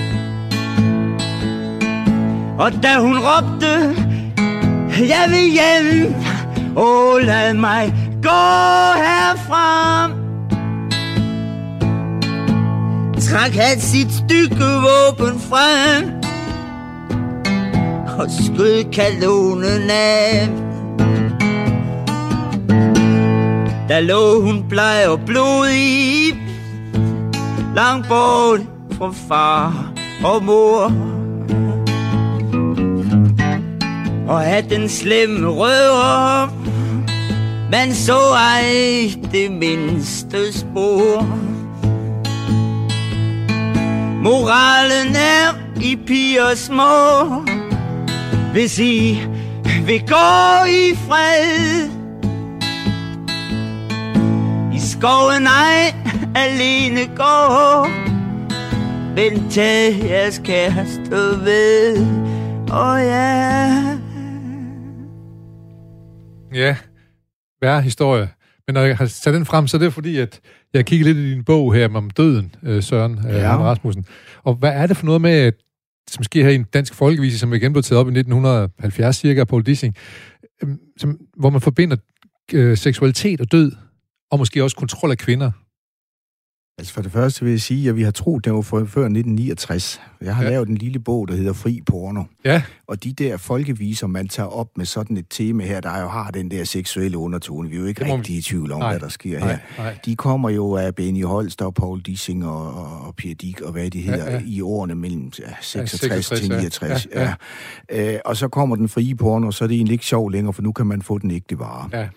Og da hun råbte, jeg vil hjem, lad mig gå herfra, trak han sit stykke våben frem og skød kanonen af. Der lå hun bleg og blodig, langt bort fra far og mor. Og af den slemme røver, man så ej det mindste spor. Moralen er i piger små, hvis I vil gå i fred. I skoven ej alene gå, men tag jeres kæreste ved. Ja. Ja, værre historie. Men når jeg har sat den frem, så er det fordi, at jeg kigger lidt i din bog her om døden, Søren Rasmussen. Og hvad er det for noget med, som sker her i en dansk folkevise, som igen blev taget op i 1970 cirka af Poul Dissing, hvor man forbinder seksualitet og død, og måske også kontrol af kvinder? Altså for det første vil jeg sige, at vi har troet, det var før 1969. Jeg har lavet en lille bog, der hedder Fri Porno. Ja. Og de der folkeviser, man tager op med sådan et tema her, der jo har den der seksuelle undertone. Vi er jo ikke rigtig i tvivl om, hvad der sker her. Nej. De kommer jo af Benny Holst og Poul Dissing og Per Dick og hvad de hedder i årene mellem 66 til 69. Ja. Og så kommer den frie porno, så er det egentlig ikke sjov længere, for nu kan man få den ægte vare. Ja.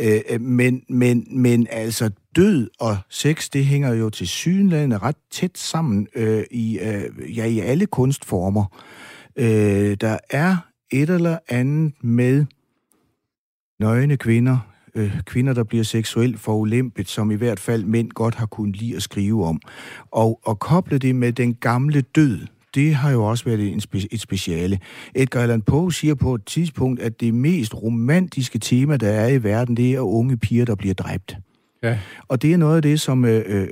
Men altså død og sex, det hænger jo til sydenladende ret tæt sammen i alle kunstformer. Der er et eller andet med nøgne kvinder, kvinder, der bliver seksuelt forulempet, som i hvert fald mænd godt har kunnet lide at skrive om. Og koble det med den gamle død, det har jo også været et speciale. Edgar Allan Poe siger på et tidspunkt, at det mest romantiske tema, der er i verden, det er unge piger, der bliver dræbt. Ja. Og det er noget af det, som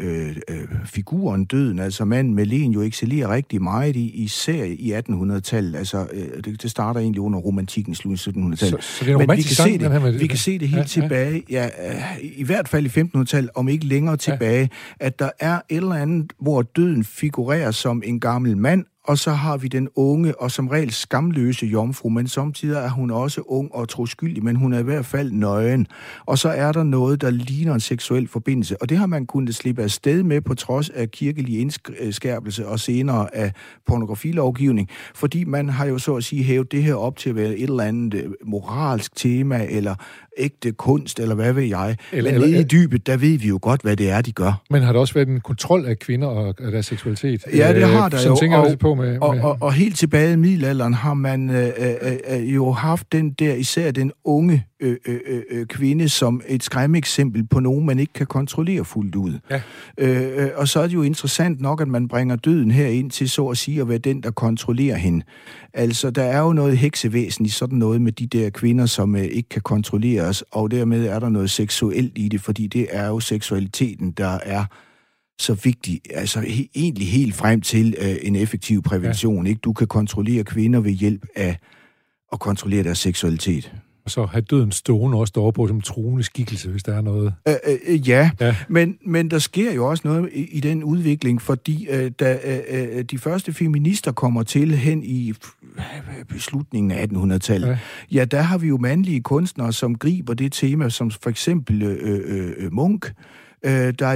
figuren døden, altså manden med len, jo excellerer rigtig meget i, især i 1800-tallet. Altså, det starter egentlig under romantikken slut 1700-tallet. Så det er en romantisk sang, vi kan se det helt tilbage, i hvert fald i 1500-tallet, om ikke længere tilbage, at der er et eller andet, hvor døden figurerer som en gammel mand, og så har vi den unge og som regel skamløse jomfru, men samtidig er hun også ung og troskyldig, men hun er i hvert fald nøgen. Og så er der noget, der ligner en seksuel forbindelse, og det har man kunnet slippe af sted med på trods af kirkelig indskærpelse og senere af pornografilovgivning, fordi man har jo så at sige hævet det her op til at være et eller andet moralsk tema, eller ægte kunst, eller hvad ved jeg. Men nede i dybet, der ved vi jo godt, hvad det er, de gør. Men har der også været en kontrol af kvinder og deres seksualitet? Ja, det har der jo. Tænker jeg på med. Og helt tilbage i middelalderen har man jo haft den der, især den unge kvinde, som et skræmmeeksempel på nogen, man ikke kan kontrollere fuldt ud. Ja. Og så er det jo interessant nok, at man bringer døden her ind til så at sige at være den, der kontrollerer hende. Altså, der er jo noget heksevæsen i sådan noget med de der kvinder, som ikke kan kontrolleres, og dermed er der noget seksuelt i det, fordi det er jo seksualiteten, der er så vigtig, altså egentlig helt frem til en effektiv prævention. Ikke? Du kan kontrollere kvinder ved hjælp af at kontrollere deres seksualitet. Og så have døden stående også derovre på som truende skikkelse, hvis der er noget. Ja. Men der sker jo også noget i den udvikling, fordi da de første feminister kommer til hen i slutningen af 1800-tallet, der har vi jo mandlige kunstnere, som griber det tema, som for eksempel Munch, der jo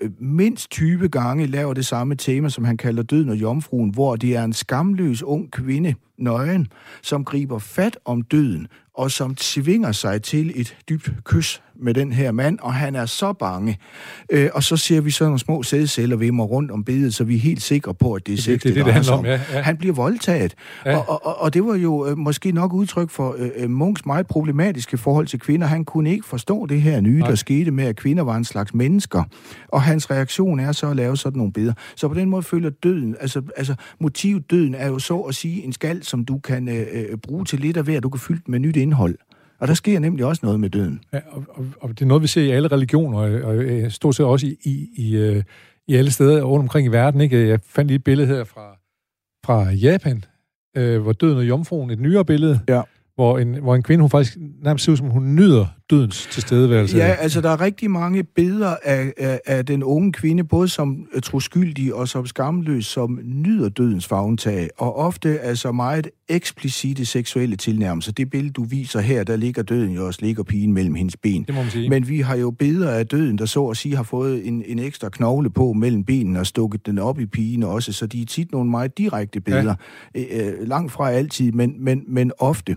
mindst 20 gange laver det samme tema, som han kalder Døden og Jomfruen, hvor det er en skamløs ung kvinde, nøgen, som griber fat om døden, og som tvinger sig til et dybt kys med den her mand, og han er så bange. Og så ser vi sådan nogle små sædceller vimmer rundt om bedet, så vi er helt sikre på, at det er sex, det handler om. Ja. Han bliver voldtaget. Ja. Og det var jo måske nok udtryk for Munchs meget problematiske forhold til kvinder. Han kunne ikke forstå det her nye, der skete med, at kvinder var en slags mennesker. Og hans reaktion er så at lave sådan nogle billeder. Så på den måde følger døden, altså motivdøden er jo så at sige en skal, som du kan bruge til lidt af hver, du kan fylde med nyt indhold. Og der sker nemlig også noget med døden. Ja, og det er noget, vi ser i alle religioner, og stort set også i alle steder rundt omkring i verden. Ikke? Jeg fandt lige et billede her fra Japan, hvor Døden og Jomfruen, et nyere billede, hvor en kvinde, hun faktisk nærmest ser ud som, hun nyder dødens tilstedeværelse. Ja, altså der er rigtig mange billeder af den unge kvinde, både som troskyldig og som skamløs, som nyder dødens favntag, og ofte altså meget eksplicite seksuelle tilnærmelser. Det billede, du viser her, der ligger døden jo også, ligger pigen mellem hendes ben. Det må man sige. Men vi har jo billeder af døden, der så at sige har fået en ekstra knogle på mellem benene og stukket den op i pigen også, så de er tit nogle meget direkte billeder. Ja. Langt fra altid, men ofte.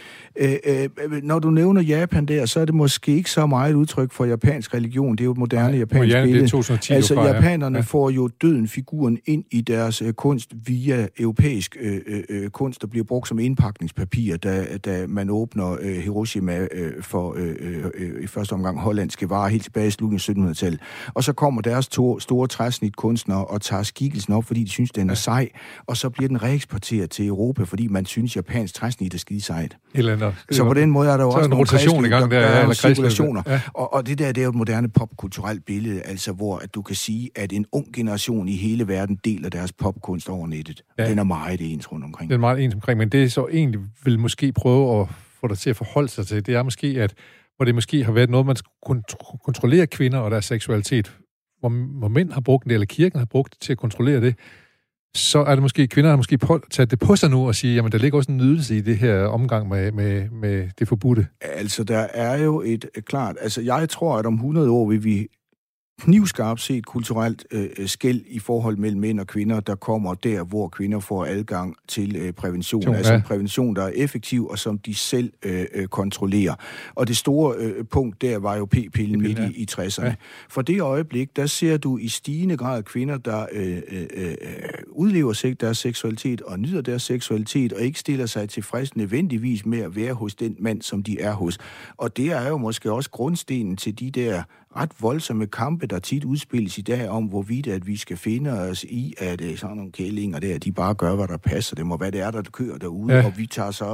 Når du nævner Japan der, så er det måske ikke så meget udtryk for japansk religion. Det er jo et moderne japansk billede. Det er 2010 altså japanerne får jo døden-figuren ind i deres kunst via europæisk kunst, der bliver brugt som indpakningspapir, da man åbner Hiroshima for i første omgang hollandske varer helt tilbage i slutningen af 1700-tallet. Og så kommer deres store træsnitkunstnere og tager skikkelsen op, fordi de synes, den er sej, og så bliver den reeksporteret til Europa, fordi man synes, japansk træsnit er skide sejt. Så på den måde er der jo også nogle rotation i gang, der er cirkulationer. Ja. Og det der, det er jo et moderne popkulturelt billede, altså hvor at du kan sige, at en ung generation i hele verden deler deres popkunst over nettet. Ja. Den er meget ens rundt omkring. Den er meget ens omkring, men det så egentlig vil måske prøve at få dig til at forholde sig til, det er måske, at hvor det måske har været noget, man skulle kontrollere kvinder og deres seksualitet, hvor mænd har brugt det, eller kirken har brugt det til at kontrollere det, så er det måske, kvinder har måske taget det på sig nu og sige, jamen der ligger også en nydelse i det her omgang med det forbudte. Altså der er jo et klart, altså jeg tror, at om 100 år vil vi knivskarpt set kulturelt skel i forhold mellem mænd og kvinder, der kommer der, hvor kvinder får adgang til prævention. Altså en prævention, der er effektiv, og som de selv kontrollerer. Og det store punkt der var jo p-pillen midt i 60'erne. Ja. For det øjeblik, der ser du i stigende grad kvinder, der udlever deres seksualitet og nyder deres seksualitet, og ikke stiller sig tilfreds nødvendigvis med at være hos den mand, som de er hos. Og det er jo måske også grundstenen til de der ret voldsomme kampe, der tit udspilles i dag om, hvorvidt at vi skal finde os i, at sådan nogle kællinger der, de bare gør, hvad der passer dem, og hvad det er, der kører derude, og vi tager så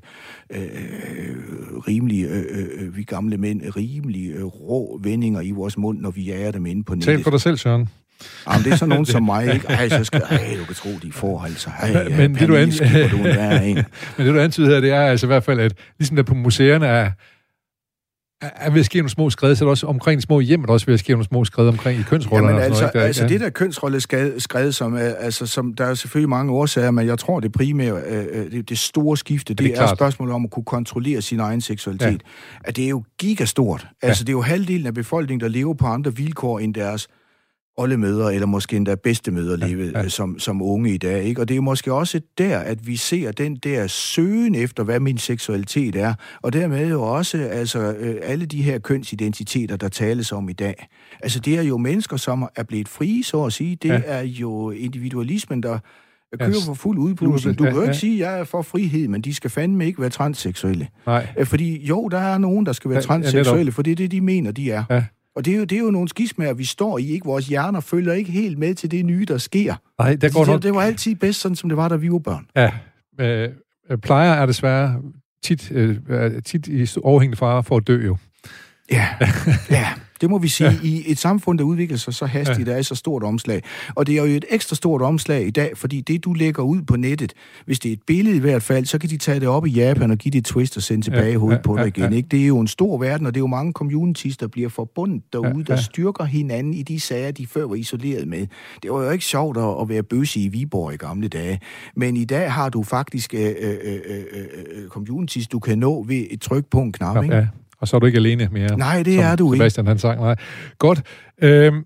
vi gamle mænd, rimelig rå vendinger i vores mund, når vi jager dem inde på nettet. Tal for dig selv, Søren. Jamen, det er sådan nogen som mig, ikke? Så skal du kan tro, de får altså. Men det, du antyder her, det er altså i hvert fald, at ligesom der på museerne er ved at ske nogle små skred, så er der også omkring de små hjem, der også ved at ske nogle små skred omkring i kønsrollerne. Jamen altså det der kønsrolleskred, som der er selvfølgelig mange årsager, men jeg tror det primære, det store skifte, det er spørgsmålet om at kunne kontrollere sin egen seksualitet. Ja. At det er jo gigastort. Altså det er jo halvdelen af befolkningen, der lever på andre vilkår end deres oldemødre, eller måske endda bedstemødre levede som unge i dag, ikke? Og det er måske også der, at vi ser den der søgen efter, hvad min seksualitet er, og dermed jo også alle de her kønsidentiteter, der tales om i dag. Altså det er jo mennesker, som er blevet frie, så at sige. Det er jo individualismen, der kører for fuld udblusning. Du kan jo ikke sige, at jeg er for frihed, men de skal fandme ikke være transseksuelle. Nej. Fordi jo, der er nogen, der skal være transseksuelle, for det er det, de mener, de er. Ja. Og det er jo nogle skismager, vi står i, ikke? Vores hjerner følger ikke helt med til det nye, der sker. Nej, det var altid bedst, sådan som det var, da vi var børn. Ja, plejer er desværre tit i overhængende fare for at dø jo. Ja, det må vi sige. I et samfund, der udvikler sig så hastigt, der er så stort omslag. Og det er jo et ekstra stort omslag i dag, fordi det, du lægger ud på nettet, hvis det er et billede i hvert fald, så kan de tage det op i Japan og give det et twist og sende tilbage i hovedet på dig igen. Ikke? Det er jo en stor verden, og det er jo mange communities, der bliver forbundet derude, der styrker hinanden i de sager, de før var isoleret med. Det var jo ikke sjovt at være bøsse i Viborg i gamle dage. Men i dag har du faktisk communities, du kan nå ved et tryk på en knap, ikke? Og så er du ikke alene mere. Nej, det er du ikke. Sebastian, han sang. Nej. Godt.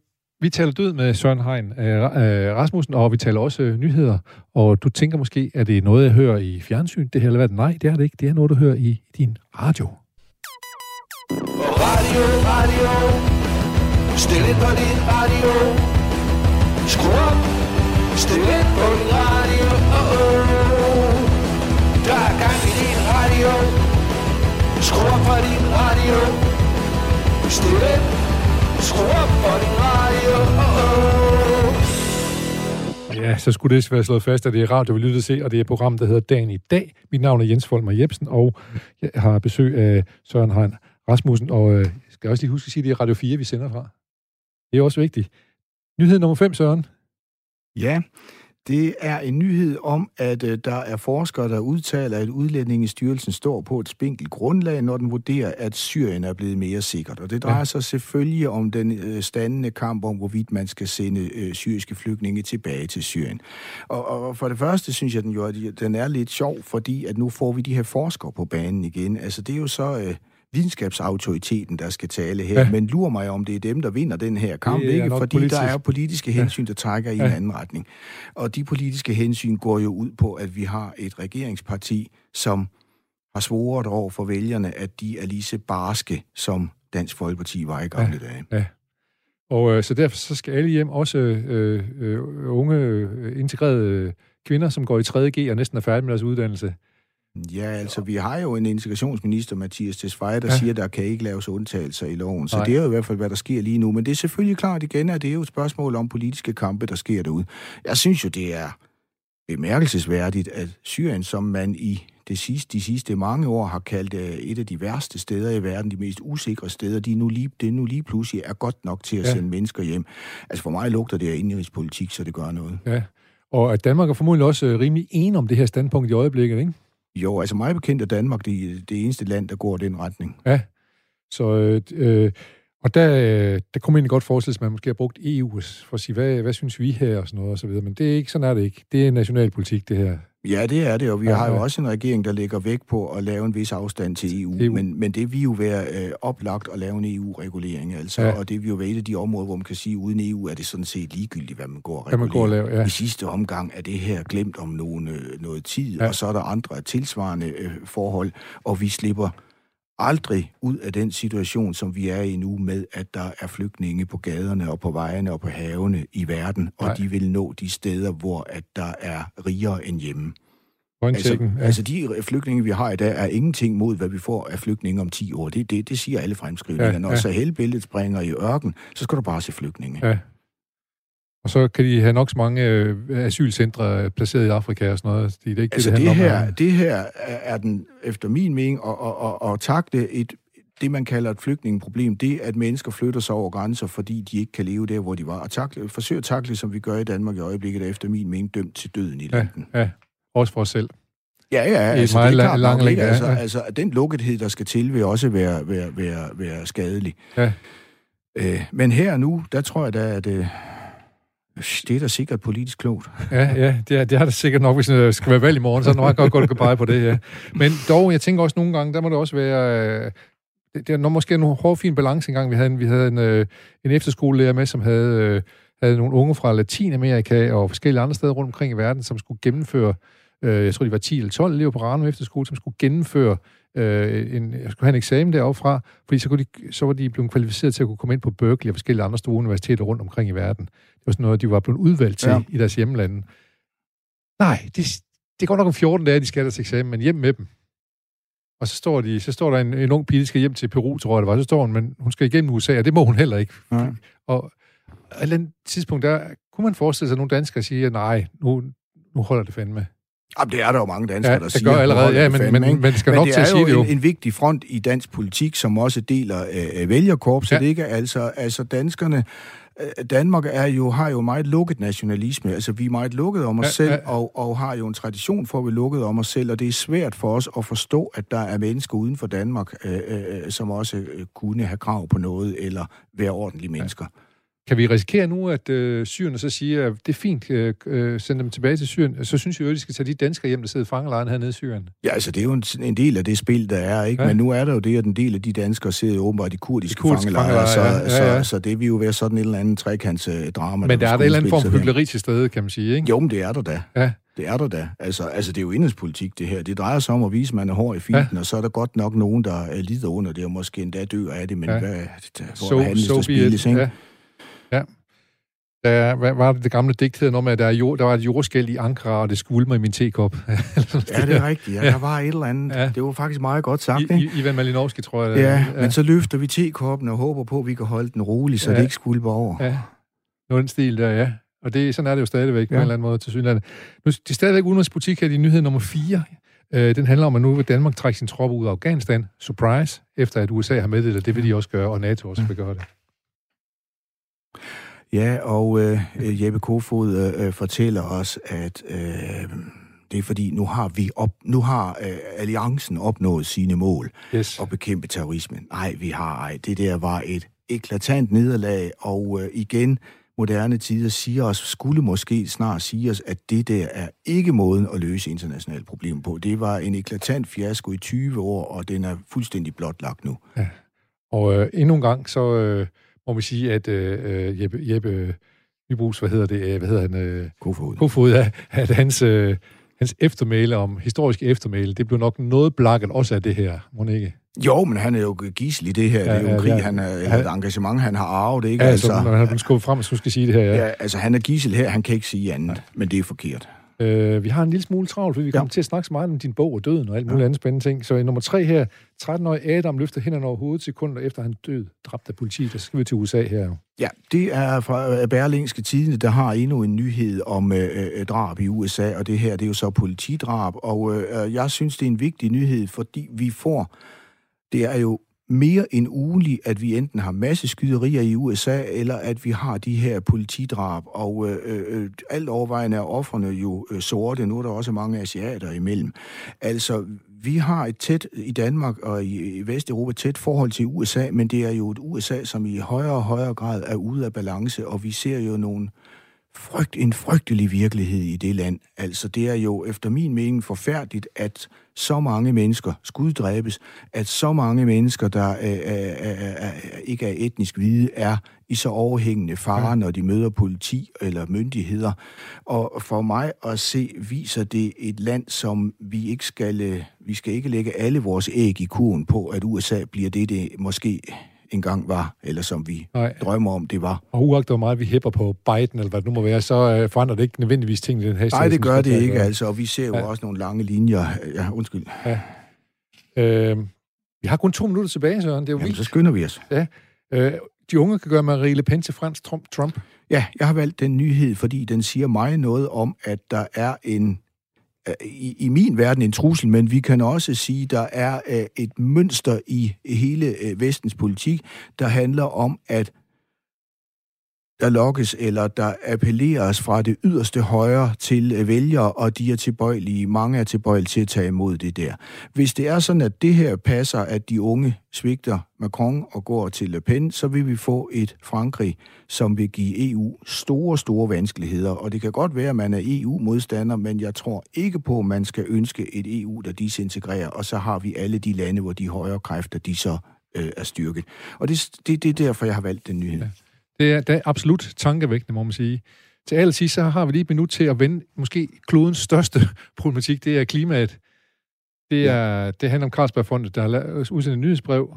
Vi taler død med Søren Hein Rasmussen, og vi taler også nyheder. Og du tænker måske, at det er noget, jeg hører i fjernsyn, det her eller hvad? Nej, det er det ikke. Det er noget, du hører i din radio. Radio, stil ind på din radio. Skru op, stil ind på din radio. Der er gang i din radio. Skru op på din radio. Stil ind, skru op på din radio. Ja, så skulle det være slået fast, at det er radio, vi lytter til, og det er et program, der hedder Dagen i dag. Mit navn er Jens Folmer Jebsen, og jeg har besøg af Søren Hein Rasmussen, og jeg skal også lige huske at sige, at det er Radio 4, vi sender fra. Det er også vigtigt. Nyhed nummer 5, Søren. Ja, det er en nyhed om, at der er forskere, der udtaler, at Udlændingestyrelsen står på et spinkelt grundlag, når den vurderer, at Syrien er blevet mere sikkert. Og det drejer sig selvfølgelig om den standende kamp om, hvorvidt man skal sende syriske flygtninge tilbage til Syrien. Og for det første synes jeg, den er lidt sjov, fordi at nu får vi de her forskere på banen igen. Altså det er jo så videnskabsautoriteten, der skal tale her, men lurer mig om det er dem, der vinder den her kamp, ikke? Fordi politisk. Der er politiske hensyn, der trækker i en anden retning. Og de politiske hensyn går jo ud på, at vi har et regeringsparti, som har svoret over for vælgerne, at de er lige så barske, som Dansk Folkeparti var i gamle dage. Ja. Og så derfor så skal alle hjem, også unge integrerede kvinder, som går i 3.G og næsten er færdige med deres uddannelse. Ja, altså vi har jo en integrationsminister, Mathias Tesfaye, der siger, at der kan ikke laves undtagelser i loven. Så det er jo i hvert fald, hvad der sker lige nu. Men det er selvfølgelig klart igen, at det er jo et spørgsmål om politiske kampe, der sker derude. Jeg synes jo, det er bemærkelsesværdigt, at Syrien, som man i de sidste mange år har kaldt et af de værste steder i verden, de mest usikre steder, det nu lige pludselig er godt nok til at sende mennesker hjem. Altså for mig lugter det af indenrigspolitik, så det gør noget. Ja, og at Danmark er formodentlig også rimelig enig om det her standpunkt i øjeblikket, ikke? Jo, altså mig bekendt er Danmark det eneste land, der går den retning. Ja, så og der kunne man egentlig godt forestille sig, at man måske har brugt EU for at sige, hvad synes vi her og sådan noget og så videre, men det er ikke, sådan er det ikke. Det er nationalpolitik, det her. Ja, det er det, og vi har jo også en regering, der lægger vægt på at lave en vis afstand til EU. Men det vil jo være oplagt at lave en EU-regulering, altså, og det vil jo være et af de områder, hvor man kan sige, at uden EU er det sådan set ligegyldigt, hvad man går og regulerer. I sidste omgang er det her glemt om noget tid, og så er der andre tilsvarende forhold, og vi slipper aldrig ud af den situation, som vi er i nu med, at der er flygtninge på gaderne og på vejene og på havene i verden, og de vil nå de steder, hvor at der er rigere end hjemme. Altså de flygtninge, vi har i dag, er ingenting mod, hvad vi får af flygtninge om 10 år. Det siger alle fremskrivninger. Når Sahelbæltet springer i ørken, så skal du bare se flygtninge. Ja. Og så kan de have nok så mange asylcentre placeret i Afrika og sådan noget. Det er ikke altså det her er den, efter min mening, at takle det, man kalder et flygtningeproblem, det at mennesker flytter sig over grænser, fordi de ikke kan leve der, hvor de var. Og forsøge at takle, som vi gør i Danmark i øjeblikket, er efter min mening dømt til døden i landet. Ja, også for os selv. Ja, altså det er klart nok, ikke? Altså den lukkethed, der skal til, vil også være skadelig. Ja. Men her nu, der tror jeg da, at det er da sikkert politisk klogt. Ja, det er det sikkert nok, hvis det skal være valg i morgen, så er det godt at pege på det, ja. Men dog, jeg tænker også nogle gange, der må det også være det er måske en hårfin balance engang. Vi havde en efterskolelærer med, som havde nogle unge fra Latinamerika og forskellige andre steder rundt omkring i verden, som skulle gennemføre, jeg tror, de var 10 eller 12 elever på Ranum efterskole, som skulle gennemføre skulle have en eksamen deroppe fra, fordi så var de blevet kvalificeret til at kunne komme ind på Berkeley og forskellige andre store universiteter rundt omkring i verden. Det var sådan noget, de var blevet udvalgt til i deres hjemlande. Nej, det går nok om 14 dage, de skal have deres eksamen, men hjem med dem. Og så står der en ung pige, der skal hjem til Peru, tror jeg det var. Så står hun, men hun skal igennem USA, og det må hun heller ikke. Nej. Og på et eller andet tidspunkt, der kunne man forestille sig, at nogle danskere siger, nej, nu holder det fandme. Jamen, det er der jo mange danskere, der siger. Gør allerede, men skal nok til at sige det jo. Det er jo en vigtig front i dansk politik, som også deler vælgerkorpset, ikke? Altså danskerne, Danmark har jo meget lukket nationalisme. Altså, vi er meget lukket om os selv, og har jo en tradition for at være lukket om os selv, og det er svært for os at forstå, at der er mennesker uden for Danmark, som også kunne have krav på noget, eller være ordentlige mennesker. Kan vi risikere nu, at syrerne så siger, at det er fint, send dem tilbage til Syrien, så synes jeg jo, at de skal tage de danskere hjem, der sidder i fangelejren hernede i Syrien? Ja, altså det er jo en del af det spil, der er, ikke? Ja. Men nu er der jo det, at en del af de danskere sidder jo åbenbart i kurdiske fangelejre, så det vil jo være sådan et eller andet trekantsdrama. Men der er der en eller anden form for hykleri til stede, kan man sige, ikke? Jo, men det er der da. Ja. Det er der da. Altså, det er jo indenrigspolitik, det her. Det drejer sig om at vise, at man er hård i filten, og så er der godt nok nogen, der lider under det, og måske endda dør af det, men hvor handles der spilles, ikke? Hvad var det gamle digt hedder noget med, at der var et jordskæld i Ankara, og det skvulmer i min tekop? Ja, det er rigtigt. Ja, der var et eller andet. Ja. Det var faktisk meget godt sagt, ikke? Ivan Malinovski, tror jeg. Ja, men så løfter vi tekoppen og håber på, at vi kan holde den rolig, så det ikke skvulper over. Ja, noget stil der, ja. Og sådan er det jo stadigvæk på en eller anden måde til synligheden. Nu, det er stadigvæk udenrigspolitik her, i nyhed nummer 4. Den handler om, at nu vil Danmark trække sin tropper ud af Afghanistan. Surprise, efter at USA har meddelt, at det vil de også gøre, og NATO også vil gøre det. Ja, og Jeppe Kofod fortæller os, at det er fordi, nu har alliancen opnået sine mål og bekæmpe terrorismen. Nej, vi har ej. Det der var et eklatant nederlag, og igen, moderne tider skulle måske snart sige os, at det der er ikke måden at løse internationale problemer på. Det var en eklatant fiasko i 20 år, og den er fuldstændig blotlagt nu. Ja. Og endnu en gang, så må vi sige, at Jeppe Nybus, hvad hedder han? Kofod, at hans eftermæle om historiske eftermæle, det blev nok noget blakket også af det her, må ikke? Jo, men han er jo gidsel i det her. Det er jo en krig, et engagement, han har arvet, ikke? Ja, altså, når han er blevet skubbet frem, så skal sige det her, ja. Ja, altså han er gidsel her, han kan ikke sige andet, men det er forkert. Vi har en lille smule travlt, fordi vi kommer til at snakke så meget om din bog og døden og alt muligt andet spændende ting. Så i nummer 3 her, 13-årig Adam løfter hænderne over hovedet sekunder efter han død, dræbt af politiet. Så skal vi til USA her. Ja, det er fra Berlingske Tidende, der har endnu en nyhed om drab i USA, og det her, det er jo så politidrab. Og jeg synes, det er en vigtig nyhed, fordi det er jo mere end ugenligt, at vi enten har masse skyderier i USA, eller at vi har de her politidrab, og alt overvejende er offrene jo sorte. Nu er der også mange asiater imellem. Altså, vi har et tæt i Danmark og i Vesteuropa tæt forhold til USA, men det er jo et USA, som i højere og højere grad er ude af balance, og vi ser jo en frygtelig virkelighed i det land. Altså, det er jo efter min mening forfærdeligt, at så mange mennesker skuddræbes, at så mange mennesker, der ikke er etnisk hvide, er i så overhængende fare, når de møder politi eller myndigheder. Og for mig at se, viser det et land, som vi skal ikke lægge alle vores æg i kurven på, at USA bliver det måske engang var, eller som vi drømmer om, det var. Og uagtet hvor meget vi hæpper på Biden, eller hvad det nu må være, så forandrer det ikke nødvendigvis ting i den her. Nej, det gør det ikke, altså, og vi ser jo også nogle lange linjer. Ja, undskyld. Ja. Vi har kun 2 minutter tilbage, Søren. Det er jo vildt. Så skynder vi os. Ja. De unge kan gøre Marie Le Pen til fransk Trump. Ja, jeg har valgt den nyhed, fordi den siger mig noget om, at der er i min verden en trussel, men vi kan også sige, at der er et mønster i hele vestens politik, der handler om, at der lokkes eller der appelleres fra det yderste højre til vælgere, og mange er tilbøjelige til at tage imod det der. Hvis det er sådan, at det her passer, at de unge svigter Macron og går til Le Pen, så vil vi få et Frankrig, som vil give EU store vanskeligheder. Og det kan godt være, at man er EU-modstander, men jeg tror ikke på, at man skal ønske et EU, der disintegrerer, og så har vi alle de lande, hvor de højre kræfter, de så er styrket. Og det er derfor, jeg har valgt den nyhed. Ja. Det er absolut tankevækkende, må man sige. Til allersidst, så har vi lige et minut til at vende måske klodens største problematik, det er klimaet. Det handler om Carlsbergfondet, der har udsendt et nyhedsbrev,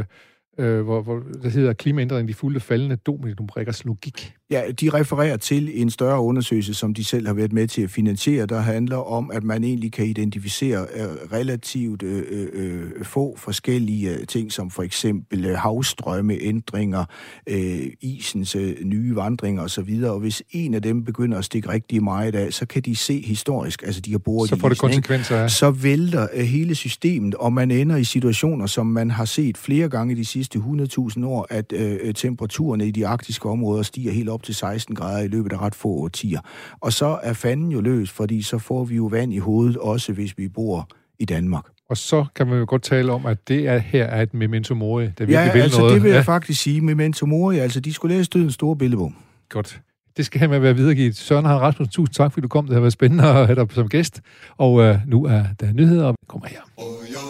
hvor det hedder klimaændring, de fulde faldende dominobrikkers logik. Ja, de refererer til en større undersøgelse, som de selv har været med til at finansiere, der handler om, at man egentlig kan identificere relativt få forskellige ting, som for eksempel havstrømmeændringer, isens nye vandringer osv., og hvis en af dem begynder at stikke rigtig meget af, så kan de se historisk, altså de har boret i isen, får det konsekvenser af. Så vælter hele systemet, og man ender i situationer, som man har set flere gange de sidste 100.000 år, at temperaturerne i de arktiske områder stiger helt op til 16 grader i løbet af ret få årtier. Og så er fanden jo løs, fordi så får vi jo vand i hovedet, også hvis vi bor i Danmark. Og så kan man jo godt tale om, at det her er et memento mori, der virkelig vil altså noget. Det vil jeg faktisk sige. Memento mori, altså de skulle læse Dødens store billedbog. Godt. Det skal have med at være videregivet. Søren Harald Rasmussen, tusind tak, fordi du kom. Det har været spændende at have dig som gæst. Og nu er der nyheder, og vi kommer her.